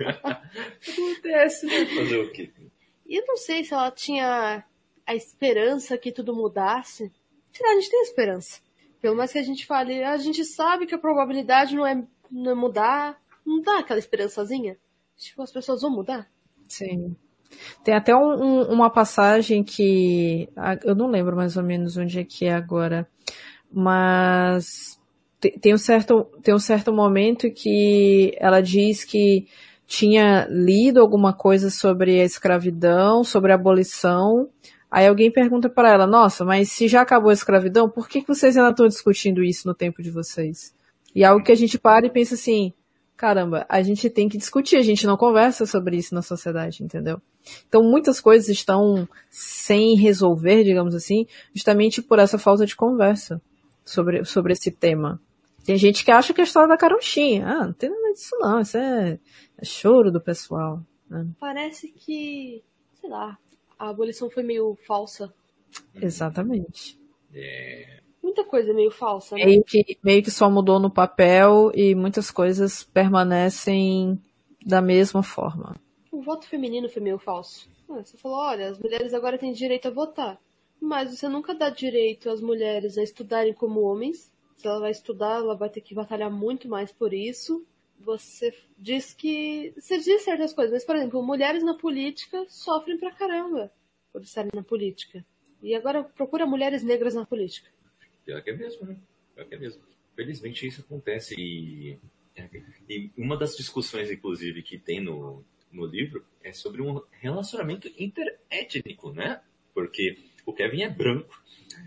Acontece, né? Fazer o quê? E eu não sei se ela tinha a esperança que tudo mudasse. Será, a gente tem esperança. Pelo mais que a gente fale, a gente sabe que a probabilidade não é, não é mudar. Não dá aquela esperançazinha? Tipo, as pessoas vão mudar? Sim. Tem até um- um- uma passagem que, ah, eu não lembro mais ou menos onde é que é agora, mas te- tem um certo, tem um certo momento que ela diz que tinha lido alguma coisa sobre a escravidão, sobre a abolição. Aí alguém pergunta para ela, nossa, mas se já acabou a escravidão, por que que vocês ainda estão discutindo isso no tempo de vocês? E é algo que a gente para e pensa assim, caramba, a gente tem que discutir, a gente não conversa sobre isso na sociedade, entendeu? Então muitas coisas estão sem resolver, digamos assim, justamente por essa falta de conversa sobre, sobre esse tema. Tem gente que acha que é a história da caronchinha. Ah, não tem nada disso não, isso é, é choro do pessoal, né? Parece que, sei lá, a abolição foi meio falsa. Exatamente. É, Muita coisa meio falsa, né? Meio que, meio que só mudou no papel e muitas coisas permanecem da mesma forma. O voto feminino foi meio falso. Ah, você falou, olha, as mulheres agora têm direito a votar. Mas você nunca dá direito às mulheres a estudarem como homens, se ela vai estudar, ela vai ter que batalhar muito mais por isso. Você diz que... Você diz certas coisas, mas, por exemplo, mulheres na política sofrem pra caramba por estarem na política. E agora procura mulheres negras na política. Pior que é mesmo, né? Pior que é mesmo. Felizmente isso acontece. E, e uma das discussões, inclusive, que tem no, no livro é sobre um relacionamento interétnico, né? Porque o Kevin é branco.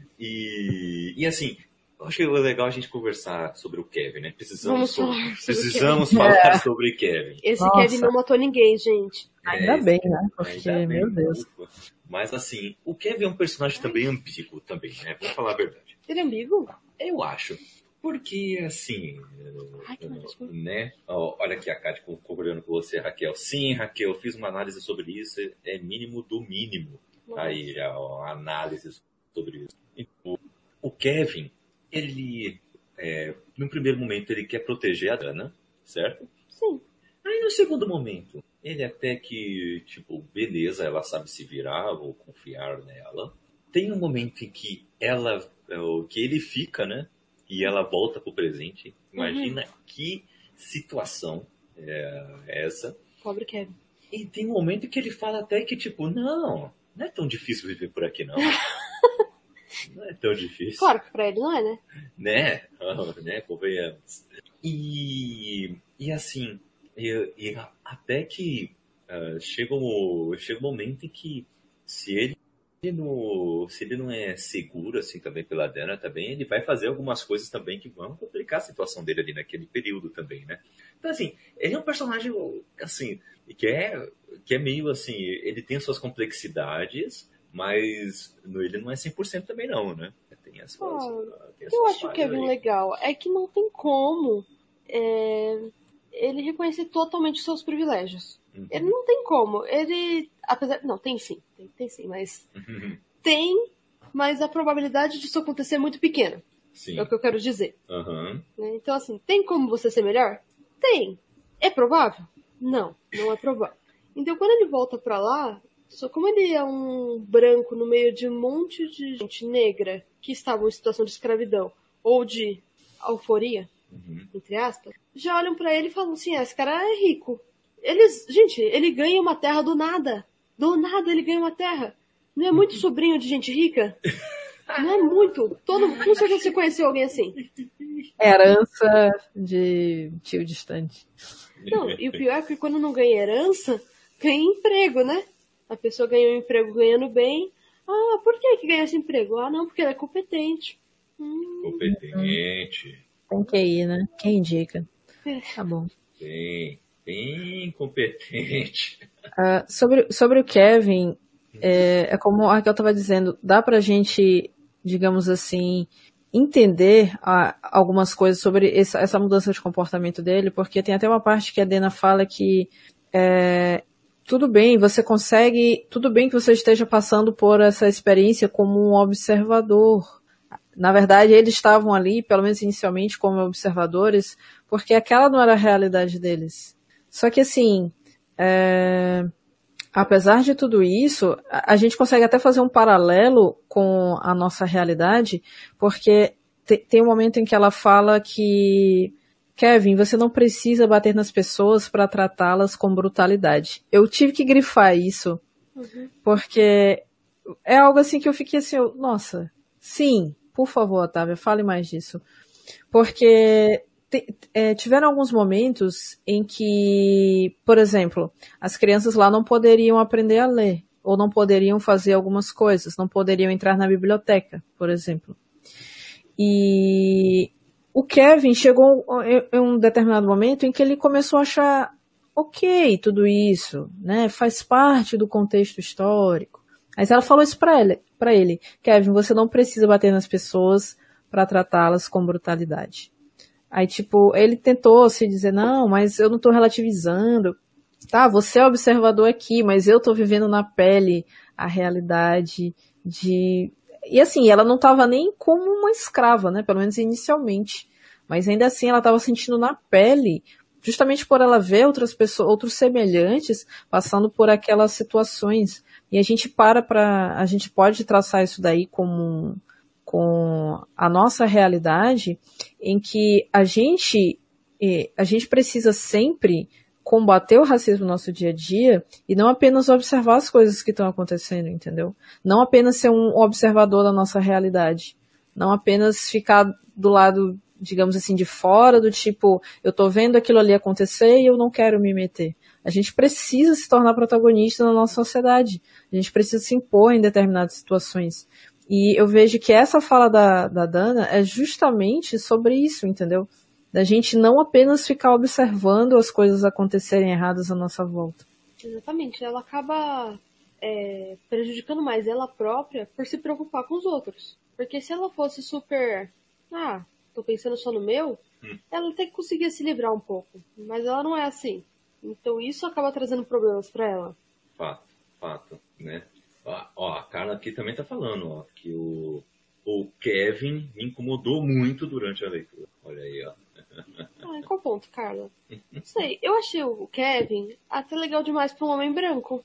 E, e assim... Eu acho que é legal a gente conversar sobre o Kevin, né? Precisamos, sobre, falar, sobre precisamos falar é. sobre Kevin. Esse Nossa. Kevin não matou ninguém, gente. Ainda é, bem, né? Porque, bem, meu Deus. Mas assim, o Kevin é um personagem Ai. também ambíguo, também, né? Vamos falar a verdade. Ele é ambíguo? Eu acho. Porque, assim, Ai, né? Oh, olha aqui a Kátia concordando com você, Raquel. Sim, Raquel, eu fiz uma análise sobre isso. É mínimo do mínimo. Nossa. Aí, já, ó, análise sobre isso. Então, o Kevin... Ele, é, no primeiro momento, ele quer proteger a Dana, certo? Sim. Aí, no segundo momento, ele até que, tipo, beleza, ela sabe se virar, vou confiar nela. Tem um momento em que ela, que ele fica, né? E ela volta pro presente. Imagina uhum. que situação é essa. Pobre Kevin. E tem um momento em que ele fala até que, tipo, não, não é tão difícil viver por aqui, não. Não é tão difícil. Claro que pra ele não é, né? Né? Oh, né? Convenhamos. E, e assim, e, e até que uh, chega, o, chega o momento em que se ele, não, se ele não é seguro assim também pela Dana também, ele vai fazer algumas coisas também que vão complicar a situação dele ali naquele período também, né? Então assim, ele é um personagem assim, que é, que é meio assim, ele tem suas complexidades, mas ele não é cem por cento também não, né? Tem as suas, ah, tem as eu suas acho que é bem legal. É que não tem como é, ele reconhecer totalmente os seus privilégios. Uhum. Ele não tem como. Ele, apesar... Não, tem sim. Tem, tem sim, mas... Uhum. Tem, mas a probabilidade disso acontecer é muito pequena. Sim. É o que eu quero dizer. Uhum. Então, assim, tem como você ser melhor? Tem. É provável? Não, não é provável. Então, quando ele volta pra lá... Só como ele é um branco no meio de um monte de gente negra que estavam em situação de escravidão ou de alforia, uhum. entre aspas, já olham pra ele e falam assim, ah, esse cara é rico. Eles, gente, ele ganha uma terra do nada. Do nada ele ganha uma terra. Não é muito sobrinho de gente rica? Não é muito. Todo, não sei se você conheceu alguém assim. Herança de tio distante. Não, e o pior é que quando não ganha herança, ganha emprego, né? A pessoa ganhou um emprego ganhando bem. Ah, por que que ganhou esse emprego? Ah, não, porque ela é competente. Hum. Competente. Tem que ir, né? Quem indica? É. Tá bom. Bem, bem competente. Uh, sobre, sobre o Kevin, é, é como a Raquel estava dizendo, dá pra gente, digamos assim, entender uh, algumas coisas sobre essa, essa mudança de comportamento dele, porque tem até uma parte que a Dana fala que é, tudo bem, você consegue, tudo bem que você esteja passando por essa experiência como um observador. Na verdade, eles estavam ali, pelo menos inicialmente, como observadores, porque aquela não era a realidade deles. Só que assim, é, apesar de tudo isso, a, a gente consegue até fazer um paralelo com a nossa realidade, porque te, tem um momento em que ela fala que Kevin, você não precisa bater nas pessoas para tratá-las com brutalidade. Eu tive que grifar isso, uhum. porque é algo assim que eu fiquei assim, eu, nossa, sim, por favor, Otávia, fale mais disso. Porque te, é, tiveram alguns momentos em que, por exemplo, as crianças lá não poderiam aprender a ler, ou não poderiam fazer algumas coisas, não poderiam entrar na biblioteca, por exemplo. E o Kevin chegou em um determinado momento em que ele começou a achar ok tudo isso, né? Faz parte do contexto histórico. Aí ela falou isso pra ele, pra ele, Kevin, você não precisa bater nas pessoas pra tratá-las com brutalidade. Aí, tipo, ele tentou se dizer, não, mas eu não tô relativizando. Tá, você é observador aqui, mas eu tô vivendo na pele a realidade de... E assim, ela não estava nem como uma escrava, né? Pelo menos inicialmente. Mas ainda assim, ela estava sentindo na pele, justamente por ela ver outras pessoas, outros semelhantes, passando por aquelas situações. E a gente para pra... A gente pode traçar isso daí como, com a nossa realidade, em que a gente, a gente precisa sempre combater o racismo no nosso dia a dia e não apenas observar as coisas que estão acontecendo, entendeu? Não apenas ser um observador da nossa realidade. Não apenas ficar do lado, digamos assim, de fora, do tipo, eu tô vendo aquilo ali acontecer e eu não quero me meter. A gente precisa se tornar protagonista na nossa sociedade. A gente precisa se impor em determinadas situações. E eu vejo que essa fala da, da Dana é justamente sobre isso, entendeu? Da gente não apenas ficar observando as coisas acontecerem erradas à nossa volta. Exatamente. Ela acaba é, prejudicando mais ela própria por se preocupar com os outros. Porque se ela fosse super... Ah, tô pensando só no meu, hum. ela até que conseguia se livrar um pouco. Mas ela não é assim. Então isso acaba trazendo problemas pra ela. Fato, fato, né? Ó, ó, a Carla aqui também tá falando, ó, que o, o Kevin me incomodou muito durante a leitura. Olha aí, ó. Ah, em qual ponto, Carla? Não sei, eu achei o Kevin até legal demais pra um homem branco.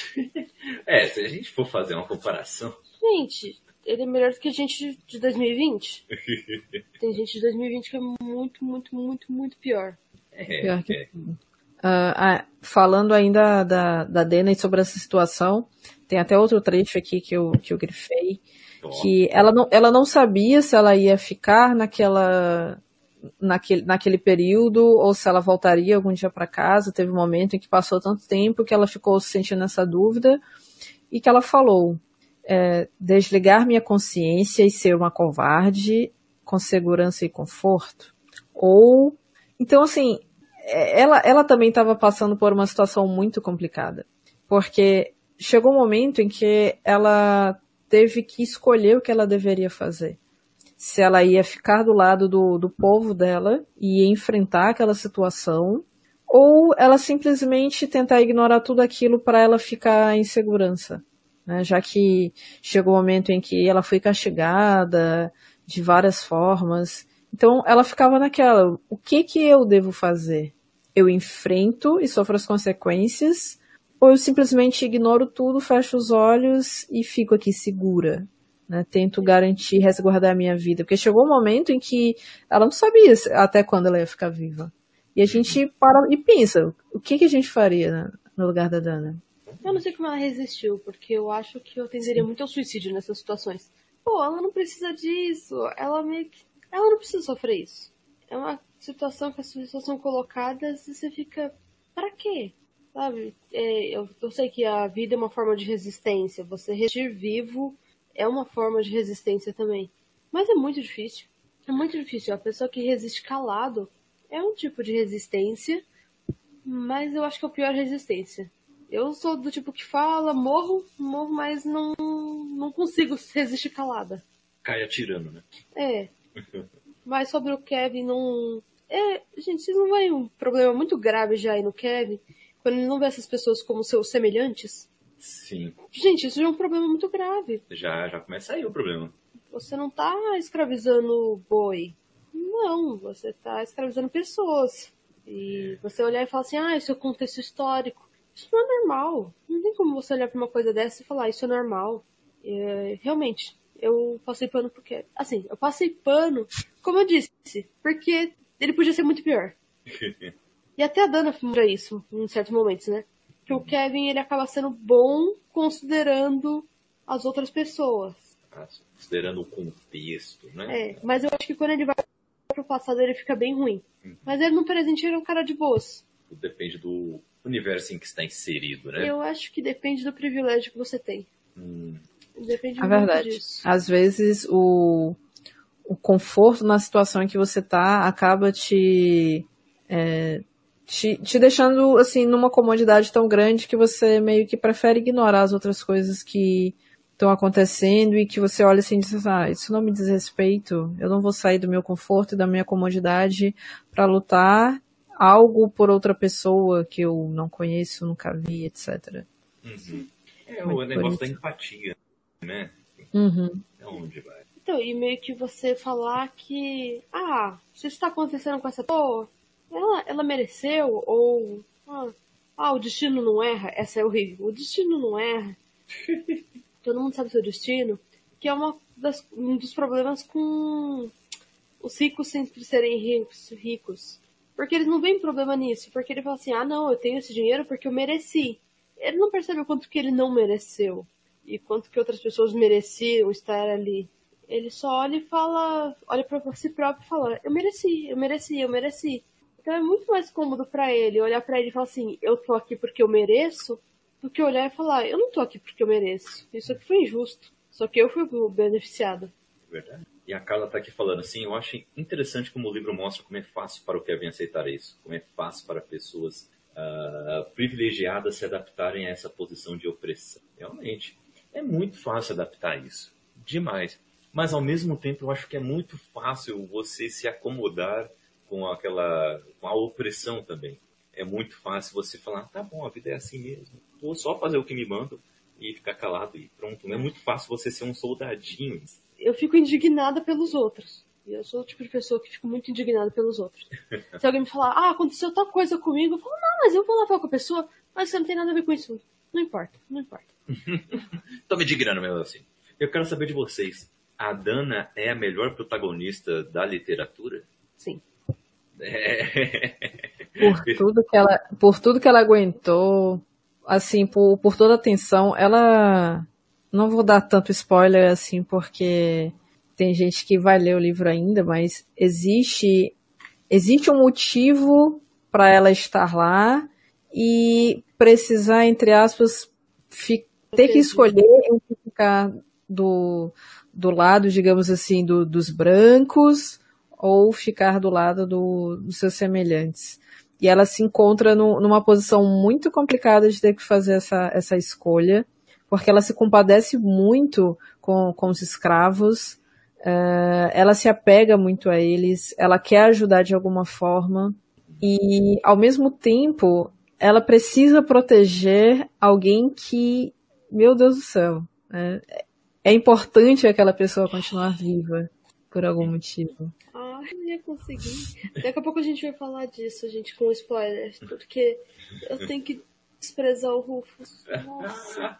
É, se a gente for fazer uma comparação... Gente, ele é melhor do que gente de dois mil e vinte. Tem gente de dois mil e vinte que é muito, muito, muito, muito pior. É, pior que... é. Uh, ah, falando ainda da, da Dana e sobre essa situação, tem até outro trecho aqui que eu, que eu grifei, oh. que ela não, ela não sabia se ela ia ficar naquela, naquele, naquele período ou se ela voltaria algum dia para casa. Teve um momento em que passou tanto tempo que ela ficou se sentindo essa dúvida e que ela falou, é, desligar minha consciência e ser uma covarde com segurança e conforto. Ou, então assim, Ela, ela também estava passando por uma situação muito complicada, porque chegou um momento em que ela teve que escolher o que ela deveria fazer. Se ela ia ficar do lado do, do povo dela e enfrentar aquela situação, ou ela simplesmente tentar ignorar tudo aquilo para ela ficar em segurança, né? Já que chegou um momento em que ela foi castigada de várias formas. Então ela ficava naquela, o que que eu devo fazer? Eu enfrento e sofro as consequências, ou eu simplesmente ignoro tudo, fecho os olhos e fico aqui segura, né? Tento garantir, resguardar a minha vida. Porque chegou um momento em que ela não sabia até quando ela ia ficar viva. E a gente para e pensa, o que que a gente faria, né, no lugar da Dana? Eu não sei como ela resistiu, porque eu acho que eu tenderia muito ao suicídio nessas situações. Pô, ela não precisa disso, ela meio que... Ela não precisa sofrer isso. É uma situação que as pessoas são colocadas e você fica, pra quê? Sabe? É, eu, eu sei que a vida é uma forma de resistência, você resistir vivo é uma forma de resistência também. Mas é muito difícil. É muito difícil. A pessoa que resiste calado é um tipo de resistência, mas eu acho que é a pior resistência. Eu sou do tipo que fala, morro, morro, mas não, não consigo resistir calada. Cai atirando, né? É. Mas sobre o Kevin, não... É, gente, vocês não veem um problema muito grave já aí no Kevin? Quando ele não vê essas pessoas como seus semelhantes? Sim. Gente, isso já é um problema muito grave. Já, já começa aí o problema. Você não tá escravizando boi. Não, você tá escravizando pessoas. E você olhar e falar assim, ah, isso é o contexto histórico. Isso não é normal. Não tem como você olhar pra uma coisa dessa e falar, isso é normal. É, realmente, eu passei pano porque... Assim, eu passei pano, como eu disse, porque ele podia ser muito pior. E até a Dana fura isso, em certos momentos, né? Que o Kevin, ele acaba sendo bom considerando as outras pessoas. Ah, considerando o contexto, né? É, mas eu acho que quando ele vai pro passado, ele fica bem ruim. Uhum. Mas ele no presente, ele é um cara de boas. Depende do universo em que está inserido, né? Eu acho que depende do privilégio que você tem. Hum. Depende é muito verdade. disso. Às vezes, o, o conforto na situação em que você tá acaba te... É, Te, te deixando, assim, numa comodidade tão grande que você meio que prefere ignorar as outras coisas que estão acontecendo e que você olha assim e diz, ah, isso não me diz respeito, eu não vou sair do meu conforto e da minha comodidade para lutar algo por outra pessoa que eu não conheço, nunca vi, etcétera. Uhum. É o negócio da empatia, né? Uhum. É onde vai. Então, e meio que você falar que, ah, se isso está acontecendo com essa pessoa, ela, ela mereceu, ou, ah, ah, o destino não erra, essa é horrível, o destino não erra, todo mundo sabe o seu destino, que é uma das, um dos problemas com os ricos sempre serem ricos, ricos. Porque eles não veem problema nisso. Porque ele fala assim, ah não, eu tenho esse dinheiro porque eu mereci. Ele não percebe o quanto que ele não mereceu. E quanto que outras pessoas mereciam estar ali. Ele só olha e fala, olha pra si próprio e fala, eu mereci, eu mereci, eu mereci. Então é muito mais cômodo pra ele olhar pra ele e falar assim, eu tô aqui porque eu mereço, do que olhar e falar, eu não tô aqui porque eu mereço. Isso aqui foi injusto. Só que eu fui beneficiada. Verdade. E a Carla tá aqui falando assim, eu acho interessante como o livro mostra como é fácil para o Kevin aceitar isso, como é fácil para pessoas uh, privilegiadas se adaptarem a essa posição de opressão. Realmente, é muito fácil adaptar isso, demais. Mas ao mesmo tempo eu acho que é muito fácil você se acomodar com aquela, com a opressão também. É muito fácil você falar, tá bom, a vida é assim mesmo, vou só fazer o que me mandam e ficar calado e pronto. Não é muito fácil você ser um soldadinho. Eu fico indignada pelos outros. Eu sou o tipo de pessoa que fico muito indignada pelos outros. Se alguém me falar, ah, aconteceu tal coisa comigo, eu falo, não, mas eu vou lá falar com a pessoa, mas você não tem nada a ver com isso. Não importa, não importa. Tô me indignando mesmo assim. Eu quero saber de vocês. A Dana é a melhor protagonista da literatura? Sim. É... Por tudo que ela, por tudo que ela aguentou, assim, por, por toda a tensão, ela... Não vou dar tanto spoiler assim, porque tem gente que vai ler o livro ainda, mas existe, existe um motivo para ela estar lá e precisar, entre aspas, fi, ter que escolher entre ficar do, do lado, digamos assim, do, dos brancos ou ficar do lado do, dos seus semelhantes. E ela se encontra no, numa posição muito complicada de ter que fazer essa, essa escolha, porque ela se compadece muito com, com os escravos, uh, ela se apega muito a eles, ela quer ajudar de alguma forma, e ao mesmo tempo ela precisa proteger alguém que, meu Deus do céu, é, é importante aquela pessoa continuar viva por algum motivo. Ah, eu ia conseguir. Daqui a pouco a gente vai falar disso, gente, com spoilers, porque eu tenho que desprezar o Rufus. Nossa.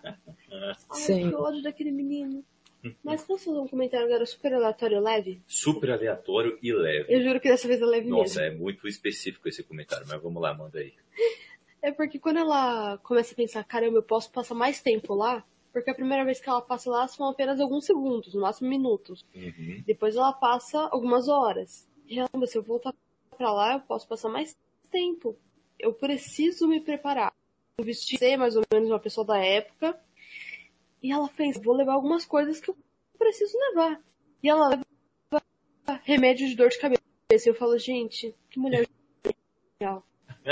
Ai, que ódio daquele menino. Mas posso fazer um comentário agora super aleatório e leve? Super aleatório e leve. Eu juro que dessa vez é leve Nossa, mesmo. é muito específico esse comentário, mas vamos lá, manda aí. É porque quando ela começa a pensar, caramba, eu posso passar mais tempo lá, porque a primeira vez que ela passa lá são apenas alguns segundos, no máximo minutos. Uhum. Depois ela passa algumas horas. E caramba, se eu voltar pra lá, eu posso passar mais tempo. Eu preciso me preparar. Eu vesti ser mais ou menos uma pessoa da época. E ela pensa, vou levar algumas coisas que eu preciso levar. E ela leva remédio de dor de cabeça. E eu falo, gente, que mulher genial.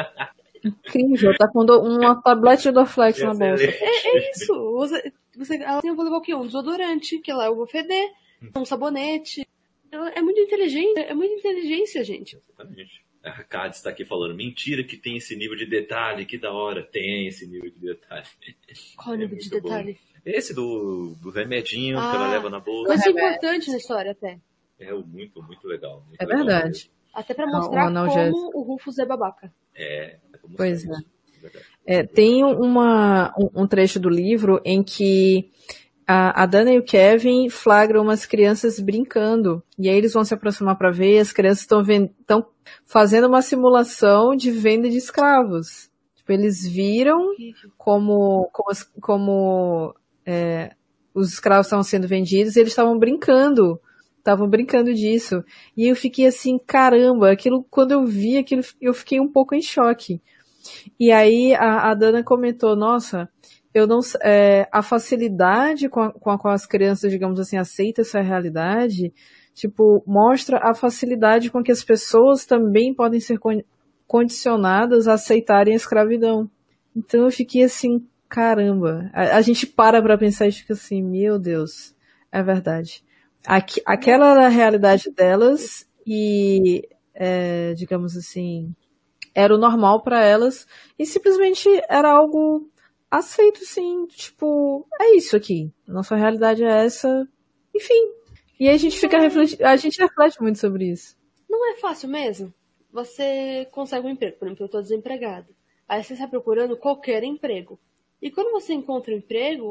Incrível, tá com uma tablete de Dorflex na bolsa. É, é isso. Você, você, ela tem, eu vou levar o quê? Um desodorante, que lá eu vou feder, um sabonete. Ela é muito inteligente, é muita inteligência, gente. Exatamente. A Cade está aqui falando, mentira que tem esse nível de detalhe, que da hora. Tem esse nível de detalhe. Qual o nível é de detalhe? Bom. Esse do, do remedinho ah, que ela leva na bolsa. Mas é importante na história até. É muito, muito legal. Muito é legal verdade. mesmo. Até pra mostrar não, não, como o Rufus é babaca. É, é como pois é. é. é. Tem uma, um, um trecho do livro em que a, a Dana e o Kevin flagram umas crianças brincando. E aí eles vão se aproximar para ver, e as crianças estão fazendo uma simulação de venda de escravos. Tipo, eles viram como, como, como é, os escravos estavam sendo vendidos e eles estavam brincando. Estavam brincando disso. E eu fiquei assim, caramba, aquilo, quando eu vi aquilo, eu fiquei um pouco em choque. E aí a, a Dana comentou, nossa, eu não, é, a facilidade com a, com a qual as crianças, digamos assim, aceitam essa realidade, tipo, mostra a facilidade com que as pessoas também podem ser con- condicionadas a aceitarem a escravidão. Então eu fiquei assim, caramba, a, a gente para pra pensar e fica assim, meu Deus, é verdade. Aqui, aquela era a realidade delas e, é, digamos assim, era o normal para elas e simplesmente era algo aceito, sim, tipo, é isso aqui, nossa realidade é essa, enfim. E aí a gente fica refletindo, a gente reflete muito sobre isso. Não é fácil mesmo? Você consegue um emprego, por exemplo, eu tô desempregada. Aí você está procurando qualquer emprego. E quando você encontra um emprego,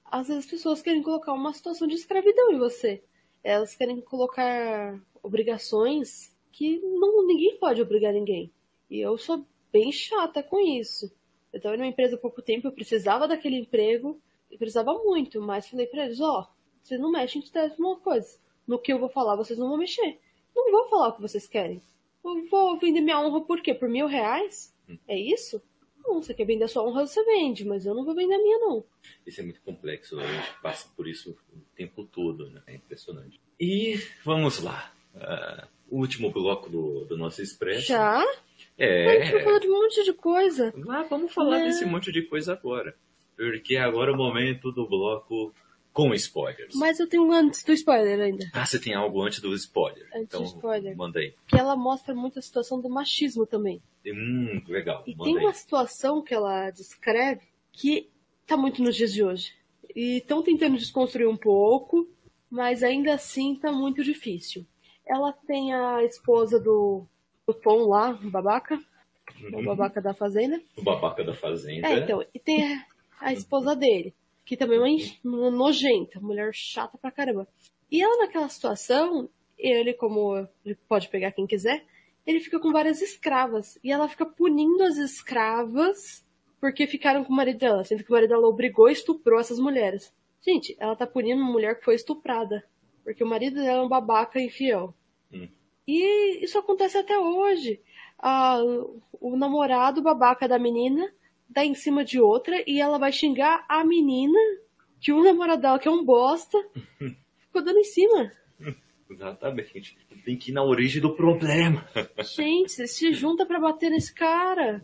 às vezes as pessoas querem colocar uma situação de escravidão em você. Elas querem colocar obrigações que não, ninguém pode obrigar ninguém. E eu sou bem chata com isso. Eu estava numa empresa há pouco tempo, eu precisava daquele emprego, eu precisava muito, mas falei pra eles, ó, oh, vocês não mexem de uma coisa. No que eu vou falar, vocês não vão mexer. Não vou falar o que vocês querem. Eu vou vender minha honra por quê? Por mil reais? É isso? Não, você quer vender a sua honra, você vende, mas eu não vou vender a minha, não. Isso é muito complexo, a gente passa por isso o tempo todo, né? É impressionante. E vamos lá. Uh, o último bloco do, do nosso Expresso. Já? É. A gente vai falar de um monte de coisa. Ah, vamos falar é. desse monte de coisa agora. Porque agora é o momento do bloco com spoilers. Mas eu tenho um antes do spoiler ainda. Ah, você tem algo antes do spoiler. Antes então, do spoiler. Manda aí. Que ela mostra muito a situação do machismo também. Hum, legal. E manda tem aí. uma situação que ela descreve que tá muito nos dias de hoje. E estão tentando desconstruir um pouco, mas ainda assim tá muito difícil. Ela tem a esposa do, do Tom lá, o babaca. Uhum. O babaca da fazenda. O babaca da fazenda. É, então. E tem a, a esposa dele, que também é uma nojenta, mulher chata pra caramba. E ela naquela situação, ele como ele pode pegar quem quiser, ele fica com várias escravas. E ela fica punindo as escravas porque ficaram com o marido dela, sendo que o marido dela obrigou e estuprou essas mulheres. Gente, ela tá punindo uma mulher que foi estuprada, porque o marido dela é um babaca infiel. Hum. E isso acontece até hoje. Ah, o namorado babaca da menina dá em cima de outra e ela vai xingar a menina que o namorado dela, que é um bosta, ficou dando em cima. Exatamente. Tem que ir na origem do problema. Gente, se junta pra bater nesse cara.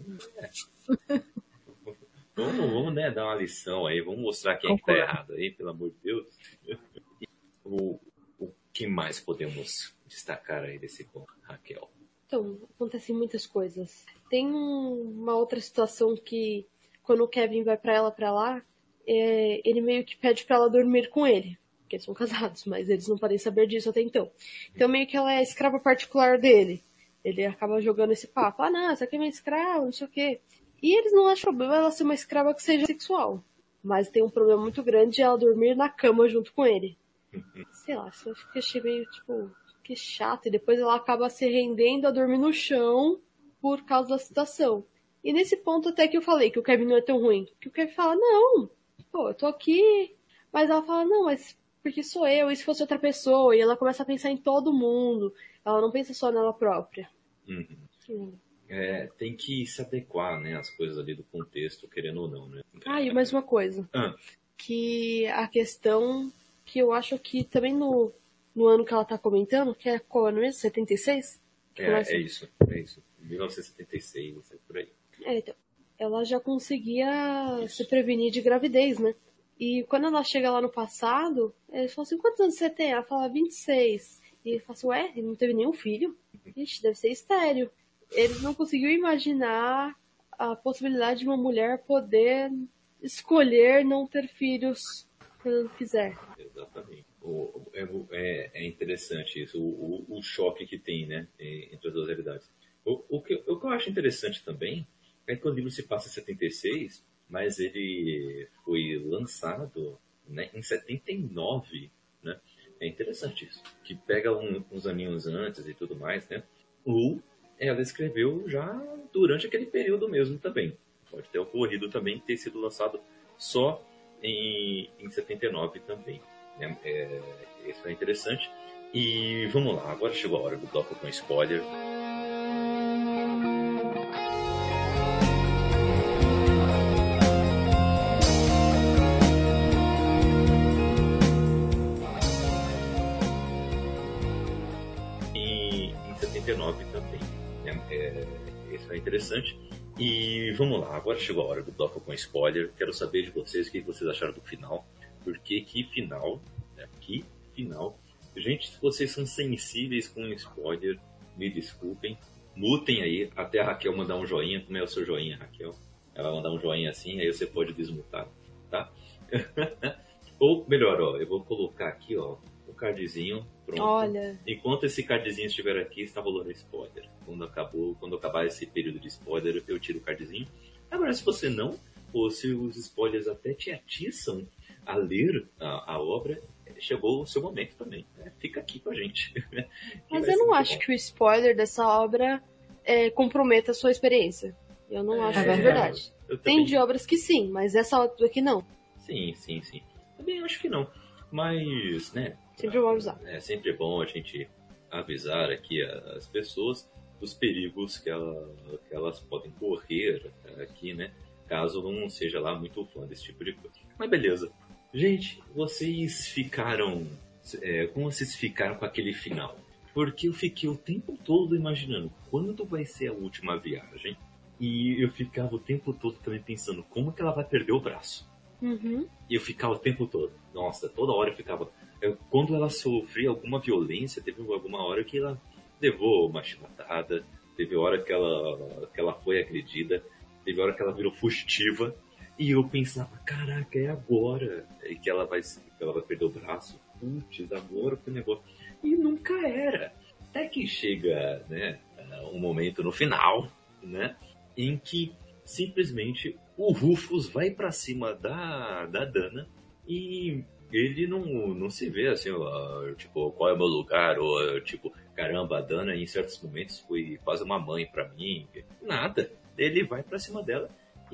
Vamos, vamos né, dar uma lição aí, vamos mostrar quem é que tá errado aí, pelo amor de Deus. O, o que mais podemos destacar aí desse ponto, Raquel? Então, acontecem muitas coisas. Tem uma outra situação que, quando o Kevin vai pra ela pra lá, é, ele meio que pede pra ela dormir com ele. Porque eles são casados, mas eles não podem saber disso até então. Então, meio que ela é a escrava particular dele. Ele acaba jogando esse papo. Ah, não, essa aqui é minha escrava, não sei o quê. E eles não acham problema ela ser uma escrava que seja sexual. Mas tem um problema muito grande de ela dormir na cama junto com ele. Sei lá, isso eu achei meio, tipo, que chato. E depois ela acaba se rendendo a dormir no chão por causa da situação. E nesse ponto até que eu falei que o Kevin não é tão ruim. Que o Kevin fala, não, pô, eu tô aqui. Mas ela fala, não, mas porque sou eu, e se fosse outra pessoa? E ela começa a pensar em todo mundo. Ela não pensa só nela própria. Uhum. Hum. É, tem que se adequar, né, as coisas ali do contexto, querendo ou não, né? Ah, e mais uma coisa. Ah. Que a questão que eu acho que também no, no ano que ela tá comentando, que é qual ano mesmo? setenta e seis? É, começa... é isso, é isso. mil novecentos e setenta e seis, é por aí. É, então. Ela já conseguia isso. se prevenir de gravidez, né? E quando ela chega lá no passado, eles falam assim, quantos anos você tem? Ela fala, vinte e seis. E ele fala assim, ué, ele não teve nenhum filho? Ixi, deve ser estéril. Ele não conseguiu imaginar a possibilidade de uma mulher poder escolher não ter filhos quando quiser. Exatamente. O, é, é interessante isso, o, o, o choque que tem, né, entre as duas realidades. O, o, que, o que eu acho interessante também é que o livro se passa em setenta e seis, mas ele foi lançado, né, em setenta e nove, né? É interessante isso, que pega um, uns aninhos antes e tudo mais, né? Ou ela escreveu já durante aquele período mesmo também. Pode ter ocorrido também ter sido lançado só em, em setenta e nove também. Né? É, isso é interessante. E vamos lá, agora chegou a hora do bloco com spoiler. setenta e nove também. Né? É, isso é interessante. E vamos lá, agora chegou a hora do bloco com spoiler. Quero saber de vocês o que vocês acharam do final. Porque que final, né? Que final. Gente, se vocês são sensíveis com spoiler, me desculpem. Mutem aí, até a Raquel mandar um joinha. Como é o seu joinha, Raquel? Ela vai mandar um joinha assim, aí você pode desmutar, tá? Ou melhor, ó, eu vou colocar aqui, ó, o cardzinho. Pronto. Olha. Enquanto esse cardzinho estiver aqui, está rolando spoiler. Quando acabou, quando acabar esse período de spoiler, eu tiro o cardzinho. Agora, se você não, ou se os spoilers até te atiçam a ler a, a obra, chegou o seu momento também. Né? Fica aqui com a gente. Mas eu não acho bom. que o spoiler dessa obra é, comprometa a sua experiência. Eu não é, acho que é de verdade. Tem também... de obras que sim, mas essa outra aqui não. Sim, sim, sim. Também acho que não. Mas, né... Sempre é bom avisar. É sempre é bom a gente avisar aqui as pessoas dos perigos que, ela, que elas podem correr aqui, né? Caso não seja lá muito fã desse tipo de coisa. Mas beleza. Gente, vocês ficaram... É, como vocês ficaram com aquele final? Porque eu fiquei o tempo todo imaginando quando vai ser a última viagem. E eu ficava o tempo todo também pensando como que ela vai perder o braço. Uhum. E eu ficava o tempo todo. Nossa, toda hora eu ficava... Eu, quando ela sofria alguma violência, teve alguma hora que ela levou uma chibatada. Teve hora que ela, que ela foi agredida. Teve hora que ela virou fugitiva. E eu pensava, caraca, é agora que ela vai, que ela vai perder o braço. Putz, agora que o negócio... E nunca era. Até que chega, né, um momento no final, né, em que simplesmente o Rufus vai pra cima da, da Dana e ele não, não se vê assim, ó, tipo, qual é o meu lugar, ou tipo, caramba, a Dana em certos momentos foi quase uma mãe pra mim. Nada. Ele vai pra cima dela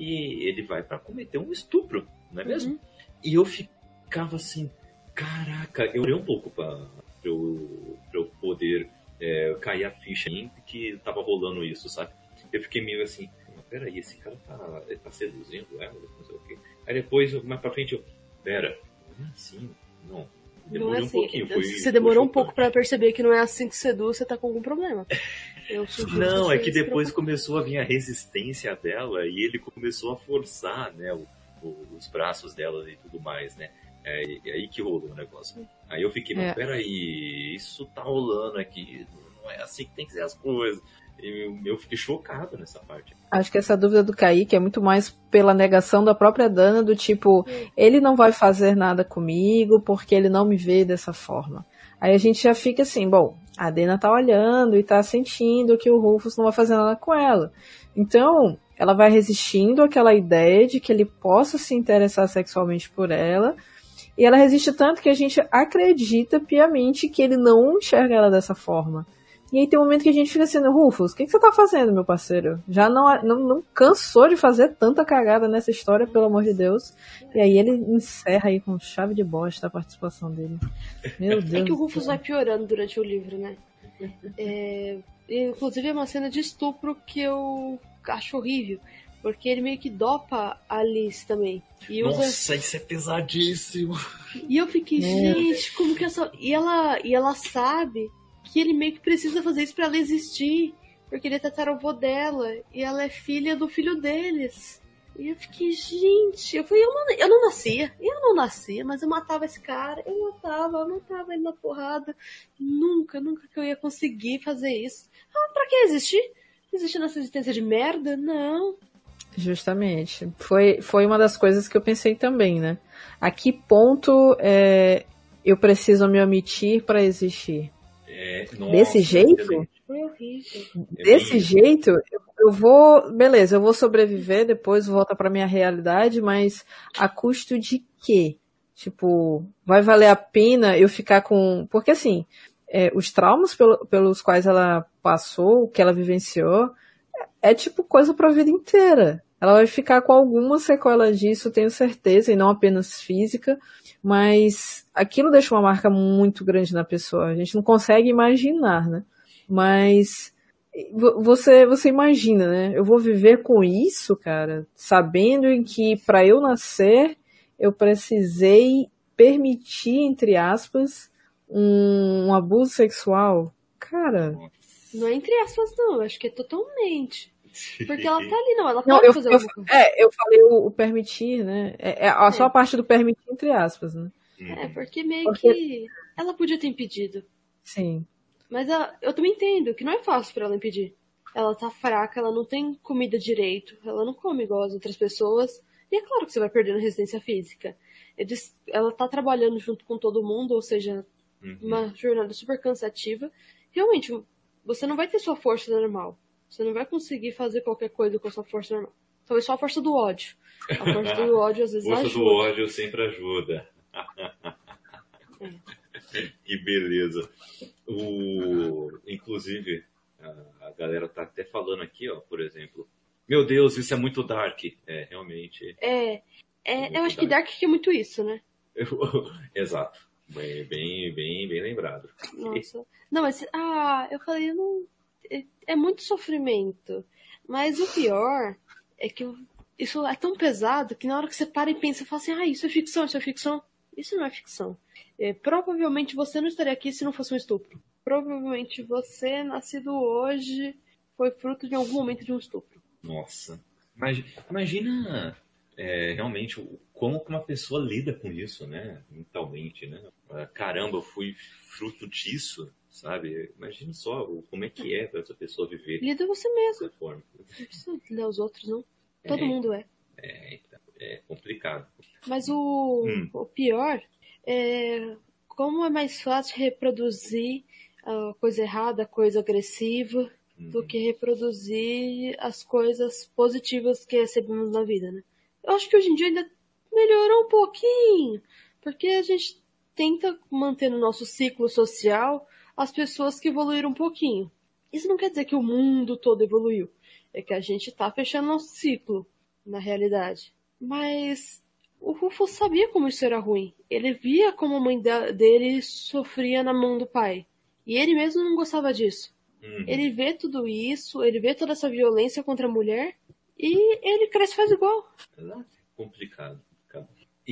e ele vai pra cometer um estupro, não é mesmo? Uhum. E eu ficava assim, caraca, eu olhei um pouco pra, pra, eu, pra eu poder é, cair a ficha em que tava rolando isso, sabe? Eu fiquei meio assim, peraí, esse cara tá, ele tá seduzindo ela, não sei o quê. Aí depois, mais pra frente, eu, pera, não é assim, não. Demorou não é assim. um pouquinho. Foi, você demorou um pouco pra perceber que não é assim que seduz, você tá com algum problema. Eu não, é que depois começou a vir a resistência dela e ele começou a forçar, né, o, o, os braços dela e tudo mais, né. É, é aí que rolou o negócio. Aí eu fiquei, mas é. peraí, isso tá rolando aqui, não é assim que tem que ser as coisas. Eu, eu fiquei chocado nessa parte. Acho que essa dúvida do Kaique é muito mais pela negação da própria Dana, do tipo, ele não vai fazer nada comigo porque ele não me vê dessa forma. Aí a gente já fica assim, bom, a Dana tá olhando e tá sentindo que o Rufus não vai fazer nada com ela. Então, ela vai resistindo àquela ideia de que ele possa se interessar sexualmente por ela, e ela resiste tanto que a gente acredita piamente que ele não enxerga ela dessa forma. E aí tem um momento que a gente fica assim, Rufus, o que, que você tá fazendo, meu parceiro? Já não, não, não cansou de fazer tanta cagada nessa história, pelo amor de Deus. E aí ele encerra aí com chave de bosta a participação dele. Meu Deus. É que o Rufus vai piorando durante o livro, né? É, inclusive é uma cena de estupro que eu acho horrível. Porque ele meio que dopa a Alice também. E Nossa, usa... isso é pesadíssimo. E eu fiquei, gente, como que essa... E ela, e ela sabe... que ele meio que precisa fazer isso pra ela existir, porque ele é tataravô dela, e ela é filha do filho deles. E eu fiquei, gente, eu falei, eu não, eu não nascia, eu não nascia, mas eu matava esse cara, eu matava, eu matava ele na porrada. Nunca, nunca que eu ia conseguir fazer isso. Ah, pra que existir? Existir nessa existência de merda? Não. Justamente. Foi, foi uma das coisas que eu pensei também, né? A que ponto é, eu preciso me omitir pra existir? É, nossa, desse jeito, foi horrível. Desse é jeito, eu, eu vou, beleza, eu vou sobreviver, depois volta pra minha realidade, mas a custo de quê? Tipo, vai valer a pena eu ficar com... Porque assim, é, os traumas pelo, pelos quais ela passou, o que ela vivenciou, é, é tipo coisa pra vida inteira. Ela vai ficar com alguma sequela disso, tenho certeza, e não apenas física, mas aquilo deixa uma marca muito grande na pessoa. A gente não consegue imaginar, né? Mas você, você imagina, né? Eu vou viver com isso, cara, sabendo em que para eu nascer, eu precisei permitir, entre aspas, um, um abuso sexual. Cara... Não é entre aspas, não. Acho que é totalmente... Porque ela tá ali, não, ela pode não, eu, fazer eu, alguma coisa. É, eu falei o, o permitir, né? É, é a é. só a parte do permitir, entre aspas, né? É, porque meio porque... que ela podia ter impedido. Sim. Mas ela, eu também entendo que não é fácil pra ela impedir. Ela tá fraca, ela não tem comida direito, ela não come igual as outras pessoas. E é claro que você vai perdendo resistência física. Eles, ela tá trabalhando junto com todo mundo, ou seja, uhum. uma jornada super cansativa. Realmente, você não vai ter sua força normal. Você não vai conseguir fazer qualquer coisa com a sua força normal. Talvez só a força do ódio. A força do ódio às vezes força ajuda. do ódio sempre ajuda. É. Que beleza. O... Inclusive, a, a galera tá até falando aqui, ó, por exemplo. Meu Deus, isso é muito dark. É, realmente. É, é, muito eu acho que dark. Dark que é muito isso, né? Exato. Bem, bem, bem, bem lembrado. Nossa. Não, mas, ah, eu falei, eu não. É, é muito sofrimento. Mas o pior é que eu- isso é tão pesado que na hora que você para e pensa, você fala assim, ah, isso é ficção, isso é ficção. Isso não é ficção. É, provavelmente você não estaria aqui se não fosse um estupro. Provavelmente você, nascido hoje, foi fruto de algum momento de um estupro. Nossa. Imagi- Imagina é, realmente o- como que uma pessoa lida com isso, né? Mentalmente, né? Ah, caramba, eu fui fruto disso, sabe? Imagina só o- como é que é para essa pessoa viver Lida você mesmo. dessa forma. Não precisa ler os outros, não. Todo É, mundo é. é, então, é complicado. Mas o, Hum. o pior é como é mais fácil reproduzir a coisa errada, a coisa agressiva, do Uhum. que reproduzir as coisas positivas que recebemos na vida, né? Eu acho que hoje em dia ainda melhorou um pouquinho, porque a gente tenta manter no nosso ciclo social as pessoas que evoluíram um pouquinho. Isso não quer dizer que o mundo todo evoluiu. É que a gente tá fechando nosso ciclo, na realidade. Mas o Rufus sabia como isso era ruim. Ele via como a mãe da- dele sofria na mão do pai. E ele mesmo não gostava disso. Uhum. Ele vê tudo isso, ele vê toda essa violência contra a mulher e ele cresce e faz igual. Exato. Complicado. complicado.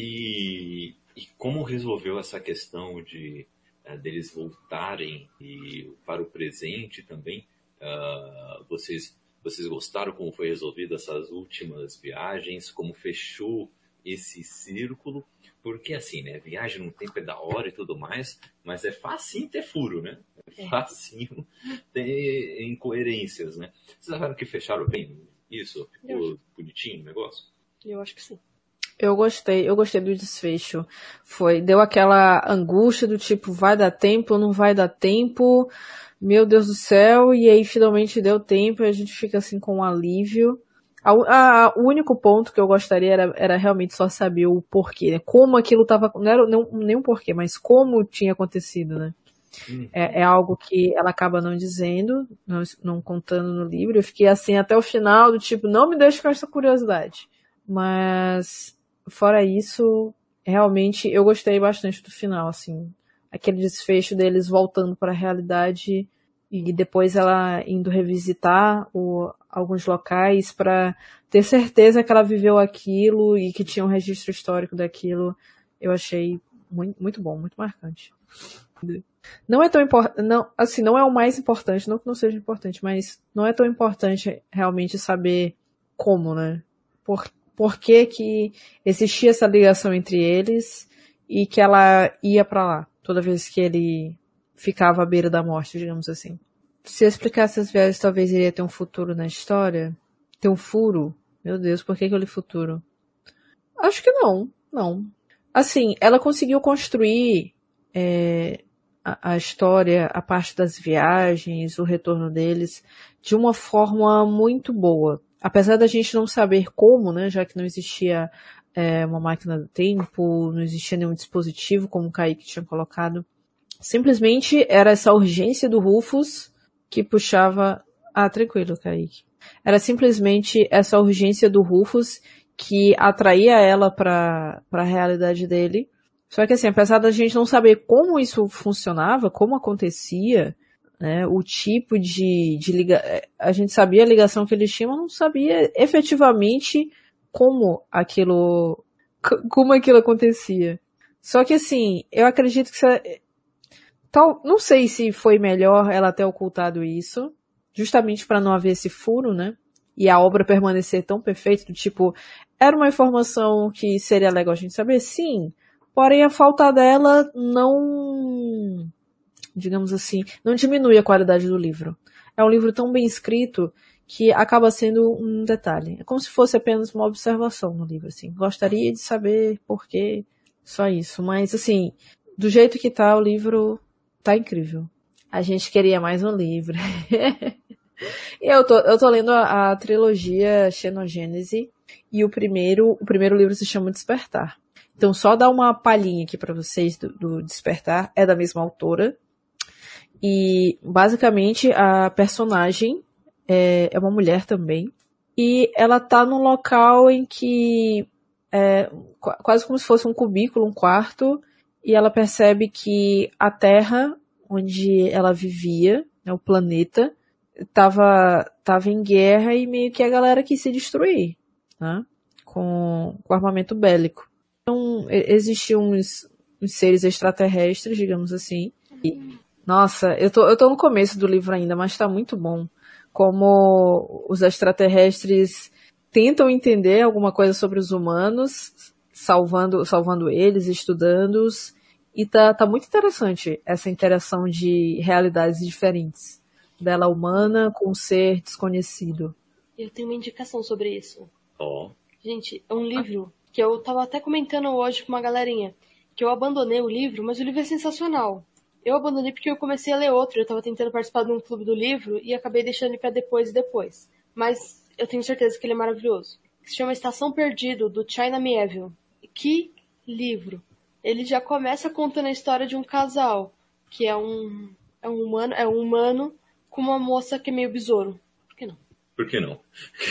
E, e como resolveu essa questão de eh, deles voltarem e para o presente também? Ah, vocês, vocês gostaram como foi resolvido essas últimas viagens? Como fechou esse círculo? Porque assim, né? Viagem no tempo é da hora e tudo mais, mas é facinho ter furo, né? É facinho ter incoerências, né? Vocês acharam que fecharam bem isso? Ficou bonitinho o negócio? Eu acho que sim. Eu gostei, eu gostei do desfecho. Foi, deu aquela angústia do tipo, vai dar tempo, não vai dar tempo, meu Deus do céu, e aí finalmente deu tempo e a gente fica assim com um alívio. A, a- o único ponto que eu gostaria era, era realmente só saber o porquê, né? Como aquilo tava, não era não, nem um porquê, mas como tinha acontecido, né? Hum. É, é algo que ela acaba não dizendo, não, não contando no livro. Eu fiquei assim até o final, do tipo, não me deixe com essa curiosidade. Mas, fora isso, realmente eu gostei bastante do final, assim. Aquele desfecho deles voltando para a realidade e depois ela indo revisitar o, alguns locais para ter certeza que ela viveu aquilo e que tinha um registro histórico daquilo. Eu achei muito, muito bom, muito marcante. Não é tão importante, não, assim, não é o mais importante, não que não seja importante, mas não é tão importante realmente saber como, né? Por, por que que existia essa ligação entre eles e que ela ia pra lá toda vez que ele ficava à beira da morte, digamos assim. Se eu explicasse as viagens, talvez iria ter um futuro na história. Ter um furo. Meu Deus, por que que eu li futuro? Acho que não, não. Assim, ela conseguiu construir é, a, a história, a parte das viagens, o retorno deles, de uma forma muito boa. Apesar da gente não saber como, né, já que não existia é, uma máquina do tempo, não existia nenhum dispositivo, como o Kaique tinha colocado. Simplesmente era essa urgência do Rufus que puxava... Ah, tranquilo, Kaique. Era simplesmente essa urgência do Rufus que atraía ela para a realidade dele. Só que assim, apesar da gente não saber como isso funcionava, como acontecia, né, o tipo de, de liga... a gente sabia a ligação que eles tinham, mas não sabia efetivamente como aquilo como aquilo acontecia. Só que assim, eu acredito que se... Tal, não sei se foi melhor ela ter ocultado isso, justamente para não haver esse furo, né? E a obra permanecer tão perfeita, do tipo, era uma informação que seria legal a gente saber, sim, porém a falta dela não, digamos assim, não diminui a qualidade do livro. É um livro tão bem escrito que acaba sendo um detalhe. É como se fosse apenas uma observação no livro, assim. Gostaria de saber por quê, só isso. Mas, assim, do jeito que tá, o livro tá incrível. A gente queria mais um livro. E eu tô, eu tô lendo a, a trilogia Xenogênese e o primeiro, o primeiro livro se chama Despertar. Então, só dar uma palhinha aqui pra vocês do, do Despertar, é da mesma autora. E, basicamente, a personagem é, é uma mulher também. E ela tá num local em que é quase como se fosse um cubículo, um quarto, e ela percebe que a Terra, onde ela vivia, né, o planeta, tava, tava em guerra e meio que a galera quis se destruir, né, com, com armamento bélico. Então, existiam uns, uns seres extraterrestres, digamos assim. E, nossa, eu tô, eu tô no começo do livro ainda, mas tá muito bom. Como os extraterrestres tentam entender alguma coisa sobre os humanos, salvando, salvando eles, estudando-os. E tá, tá muito interessante essa interação de realidades diferentes. Dela humana com um ser desconhecido. Eu tenho uma indicação sobre isso. Ó. Gente, é um livro que eu tava até comentando hoje com uma galerinha. Que eu abandonei o livro, mas o livro é sensacional. Eu abandonei porque eu comecei a ler outro. Eu tava tentando participar de um clube do livro e acabei deixando ele pra depois e depois. Mas eu tenho certeza que ele é maravilhoso. Se chama Estação Perdido, do China Miéville. Que livro! Ele já começa contando a história de um casal, que é um, é um humano, é um humano com uma moça que é meio besouro. Por que não? Por que não?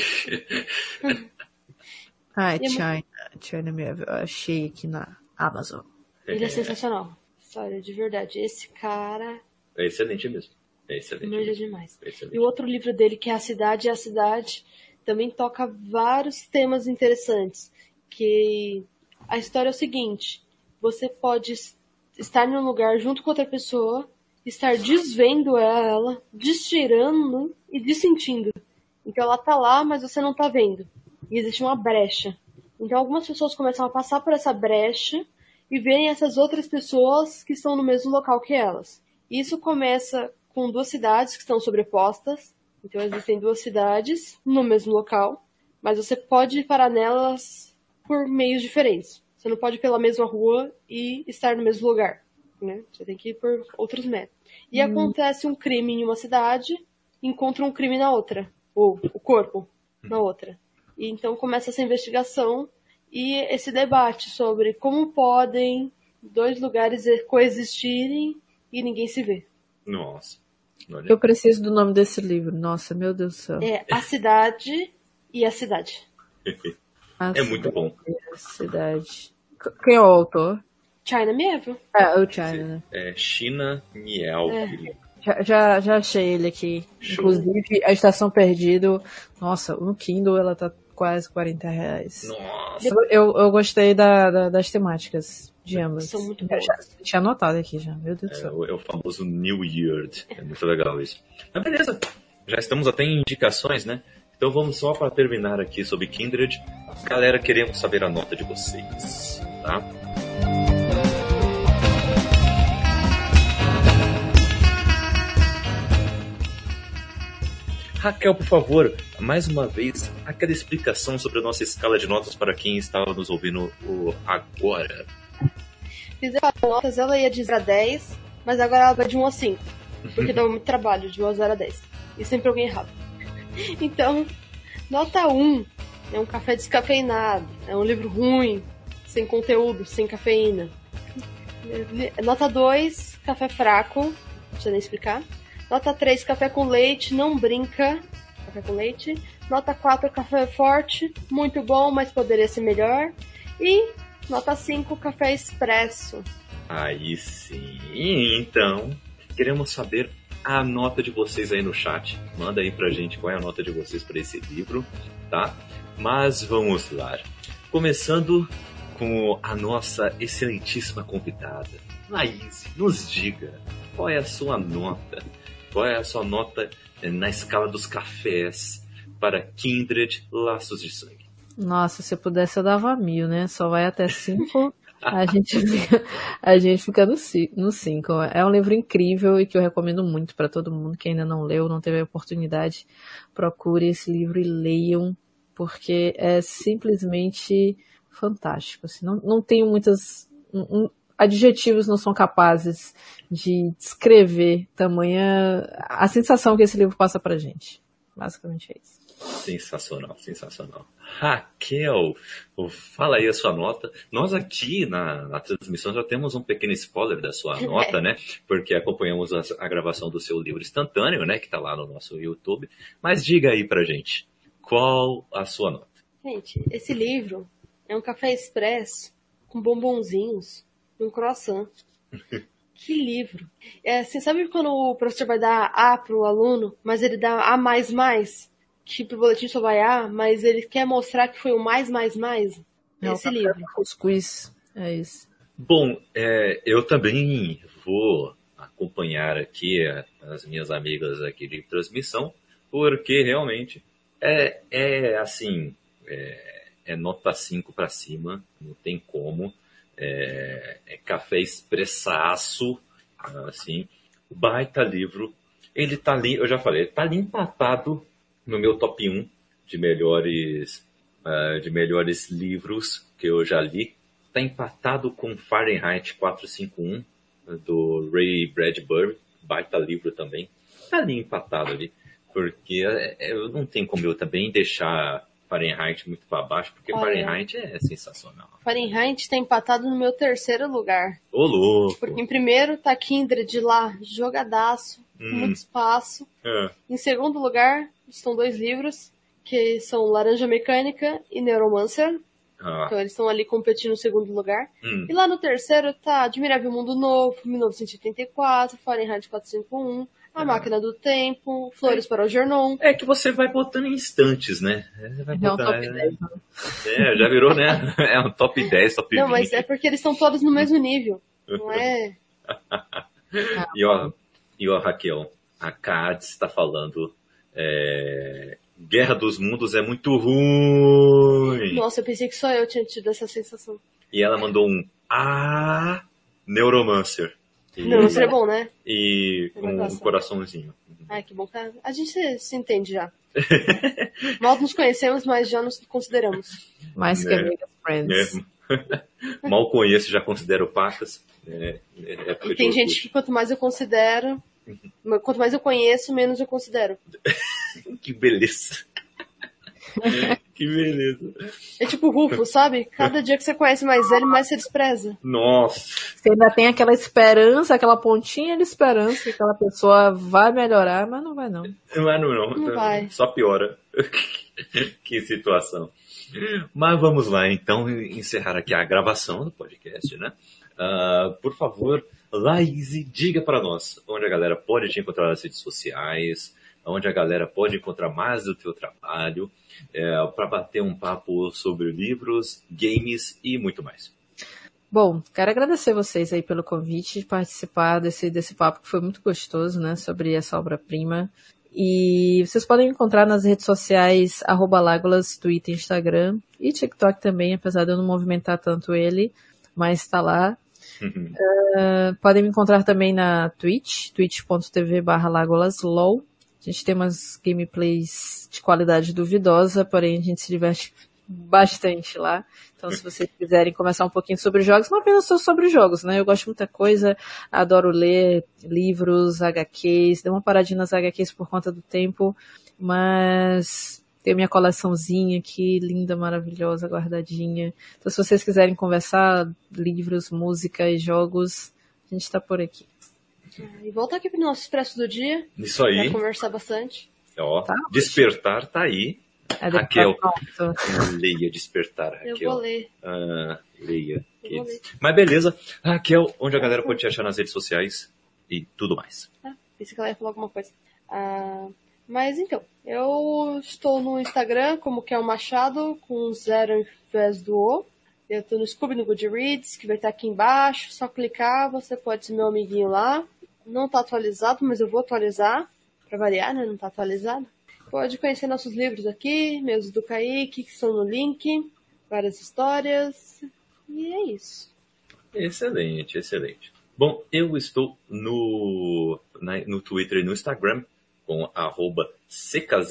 Ai, E é China, China Miéville, eu achei aqui na Amazon. Ele é sensacional. História de verdade. Esse cara É excelente mesmo. É excelente manja mesmo. demais. É excelente. E o outro livro dele, que é A Cidade e a Cidade, também toca vários temas interessantes. Que a história é o seguinte: você pode estar num lugar junto com outra pessoa, estar desvendo ela, destirando e dessentindo. Então ela tá lá, mas você não tá vendo. E existe uma brecha. Então algumas pessoas começam a passar por essa brecha e veem essas outras pessoas que estão no mesmo local que elas. Isso começa com duas cidades que estão sobrepostas. Então existem duas cidades no mesmo local, mas você pode parar nelas por meios diferentes. Você não pode ir pela mesma rua e estar no mesmo lugar, né? Você tem que ir por outros métodos. E hum. acontece um crime em uma cidade, encontra um crime na outra, ou o corpo na outra. E então começa essa investigação e esse debate sobre como podem dois lugares coexistirem e ninguém se vê. Nossa. Olha. Eu preciso do nome desse livro. Nossa, meu Deus do céu. É A Cidade e a Cidade. A É muito bom. A Cidade. Quem é o autor? China Miéville. É, o China, né? É China Miéville. É. Já, já, já achei ele aqui. Show. Inclusive, A Estação Perdido. Nossa, no Kindle ela tá quase quarenta reais. Nossa. Eu, eu gostei da, da, das temáticas de ambas. São muito boas. Já, tinha anotado aqui já, meu Deus do É, céu. é o famoso New Year. É muito legal isso. Mas beleza, já estamos até em indicações, né? Então vamos só para terminar aqui sobre Kindred. Galera, queremos saber a nota de vocês, tá? Raquel, por favor, mais uma vez, aquela explicação sobre a nossa escala de notas para quem estava nos ouvindo agora. Fizer notas, ela ia de zero a dez, mas agora ela vai de um a cinco. Porque dá muito trabalho, de um a zero a dez. E sempre alguém errado. Então, nota um é um café descafeinado. É um livro ruim, sem conteúdo, sem cafeína. Nota dois, café fraco. Não precisa nem explicar. Nota três, café com leite, não brinca. Café com leite. Nota quatro, café forte, muito bom, mas poderia ser melhor. E nota cinco, café expresso. Aí sim. Então, queremos saber a nota de vocês aí no chat. Manda aí pra gente qual é a nota de vocês para esse livro, tá? Mas vamos lá. Começando com a nossa excelentíssima convidada. Laís, nos diga, qual é a sua nota? Qual é a sua nota na escala dos cafés para Kindred Laços de Sangue? Nossa, se eu pudesse eu dava mil, né? Só vai até cinco, a gente fica, a gente fica no cinco. É um livro incrível e que eu recomendo muito para todo mundo que ainda não leu, não teve a oportunidade. Procure esse livro e leiam, porque é simplesmente fantástico. Assim, não, não tenho muitas... Um, adjetivos não são capazes de descrever tamanha a sensação que esse livro passa pra gente. Basicamente é isso. Sensacional, sensacional. Raquel, fala aí a sua nota. Nós aqui na, na transmissão já temos um pequeno spoiler da sua nota, né? Porque acompanhamos a, a gravação do seu livro instantâneo, né? Que tá lá no nosso YouTube. Mas diga aí pra gente, qual a sua nota? Gente, esse livro é um café expresso com bombonzinhos e um croissant. Que livro! É, você sabe quando o professor vai dar A pro aluno, mas ele dá A mais mais? Tipo, o boletim só vai A, mas ele quer mostrar que foi o mais mais mais? É Esse o livro. Cuscuz, é isso. Bom, é, eu também vou acompanhar aqui as minhas amigas aqui de transmissão, porque realmente é, é assim, é, é nota cinco para cima, não tem como. É, é café expressaço, assim, baita livro. Ele tá ali, eu já falei, ele tá ali empatado no meu top um de melhores, uh, de melhores livros que eu já li. Tá empatado com Fahrenheit quatrocentos e cinquenta e um, do Ray Bradbury, baita livro também. Tá ali empatado ali, porque eu não tenho como eu também deixar Fahrenheit muito para baixo, porque Olha, Fahrenheit é sensacional. Fahrenheit está empatado no meu terceiro lugar. Ô, louco! Porque em primeiro tá Kindred lá, jogadaço, hum. com muito espaço. É. Em segundo lugar estão dois livros, que são Laranja Mecânica e Neuromancer. Ah. Então eles estão ali competindo no segundo lugar. Hum. E lá no terceiro tá Admirável Mundo Novo, mil novecentos e oitenta e quatro, Fahrenheit quatrocentos e cinquenta e um, A é. Máquina do Tempo, Flores é. para o Jornal. É que você vai botando em instantes, né? Vai botando, é um top dez. Né? É, já virou, né? É um top dez, top vinte. Não, mas é porque eles estão todos no mesmo nível, não é? e, ó, e ó, Raquel, a Katz está falando... É... Guerra dos Mundos é muito ruim. Nossa, eu pensei que só eu tinha tido essa sensação. E ela mandou um A Neuromancer. E... Neuromancer é bom, né? E com um coraçãozinho. Ai, que bom. A gente se, se entende já. Mal nos conhecemos, mas já nos consideramos. Mais que é. amigas, friends. É. Mal conheço, já considero pacas. É, é e tem gente que quanto mais eu considero... Quanto mais eu conheço, menos eu considero. Que beleza. Que beleza. É tipo Rufo, sabe? Cada dia que você conhece mais ele, mais você despreza. Nossa. Você ainda tem aquela esperança, aquela pontinha de esperança que aquela pessoa vai melhorar, mas não vai não. Mas não, não. Não vai. Só piora. Que situação. Mas vamos lá, então, encerrar aqui a gravação do podcast, né? Uh, por favor... Laís, diga para nós onde a galera pode te encontrar nas redes sociais, onde a galera pode encontrar mais do teu trabalho, é, para bater um papo sobre livros, games e muito mais. Bom, quero agradecer vocês aí pelo convite de participar desse, desse papo que foi muito gostoso, né, sobre essa obra-prima. E vocês podem me encontrar nas redes sociais, arroba Lágolas, Twitter, Instagram e TikTok também, apesar de eu não movimentar tanto ele, mas está lá. Uhum. Uh, podem me encontrar também na Twitch, twitch.tv barra Lágolaslow. A gente tem umas gameplays de qualidade duvidosa, porém a gente se diverte bastante lá. Então se vocês quiserem conversar um pouquinho sobre jogos, não apenas só sobre jogos, né? Eu gosto de muita coisa, adoro ler livros, H Qs, dei uma paradinha nas H Qs por conta do tempo, mas... Tem a minha coleçãozinha aqui, linda, maravilhosa, guardadinha. Então, se vocês quiserem conversar, livros, música e jogos, a gente tá por aqui. E volta aqui pro nosso Expresso do Dia. Isso aí. Pra conversar bastante. Ó, tá, despertar tá aí. É, Raquel, leia Despertar, Raquel. Eu vou ler. Ah, leia. Eu vou ler. Mas beleza. Raquel, onde a galera pode te achar nas redes sociais e tudo mais? Ah, pensei que ela ia falar alguma coisa. Ah... Mas então, eu estou no Instagram como que é o Machado, com zero em vez do O. Eu estou no Scooby, no Goodreads, que vai estar aqui embaixo. Só clicar, você pode ser meu amiguinho lá. Não está atualizado, mas eu vou atualizar. Para variar, né? Não está atualizado. Pode conhecer nossos livros aqui, meus do Kaique, que estão no link. Várias histórias. E é isso. Excelente, excelente. Bom, eu estou no, na, no Twitter e no Instagram com arroba C K Z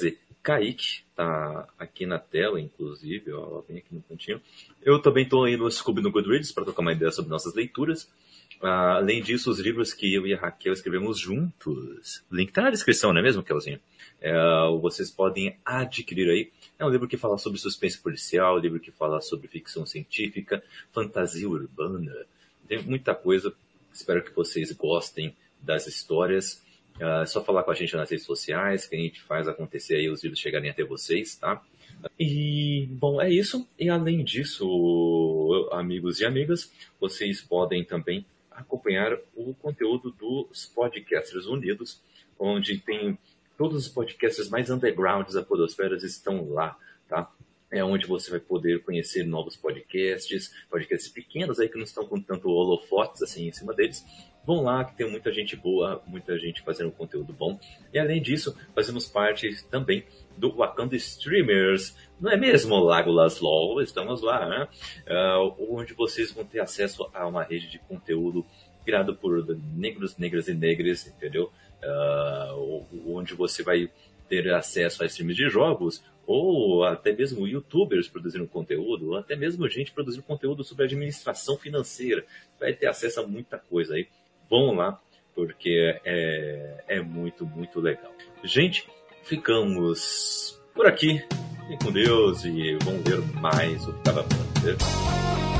Kaique, tá aqui na tela, inclusive, ó, bem aqui no cantinho. Eu também estou aí no Scooby no Goodreads para trocar uma ideia sobre nossas leituras. Uh, além disso, os livros que eu e a Raquel escrevemos juntos. O link tá na descrição, não é mesmo, Kelzinho? Uh, vocês podem adquirir aí. É um livro que fala sobre suspense policial, um livro que fala sobre ficção científica, fantasia urbana. Tem muita coisa. Espero que vocês gostem das histórias. Uh, é só falar com a gente nas redes sociais, que a gente faz acontecer aí os livros chegarem até vocês, tá? E, bom, é isso. E além disso, amigos e amigas, vocês podem também acompanhar o conteúdo dos Podcasters Unidos, onde tem todos os podcasters mais undergrounds da podosfera estão lá, tá? É onde você vai poder conhecer novos podcasts, podcasts pequenos aí que não estão com tanto holofotes assim em cima deles. Vão lá, que tem muita gente boa, muita gente fazendo conteúdo bom. E além disso, fazemos parte também do Wakanda Streamers. Não é mesmo, Lago Laszlo? Estamos lá, né? Uh, onde vocês vão ter acesso a uma rede de conteúdo criado por negros, negras e negras, entendeu? Uh, onde você vai ter acesso a streams de jogos, ou até mesmo youtubers produzindo conteúdo, ou até mesmo gente produzindo conteúdo sobre administração financeira. Vai ter acesso a muita coisa aí. Vão lá, porque é, é muito, muito legal. Gente, ficamos por aqui. Fiquem com Deus e vamos ver mais o que estava acontecendo.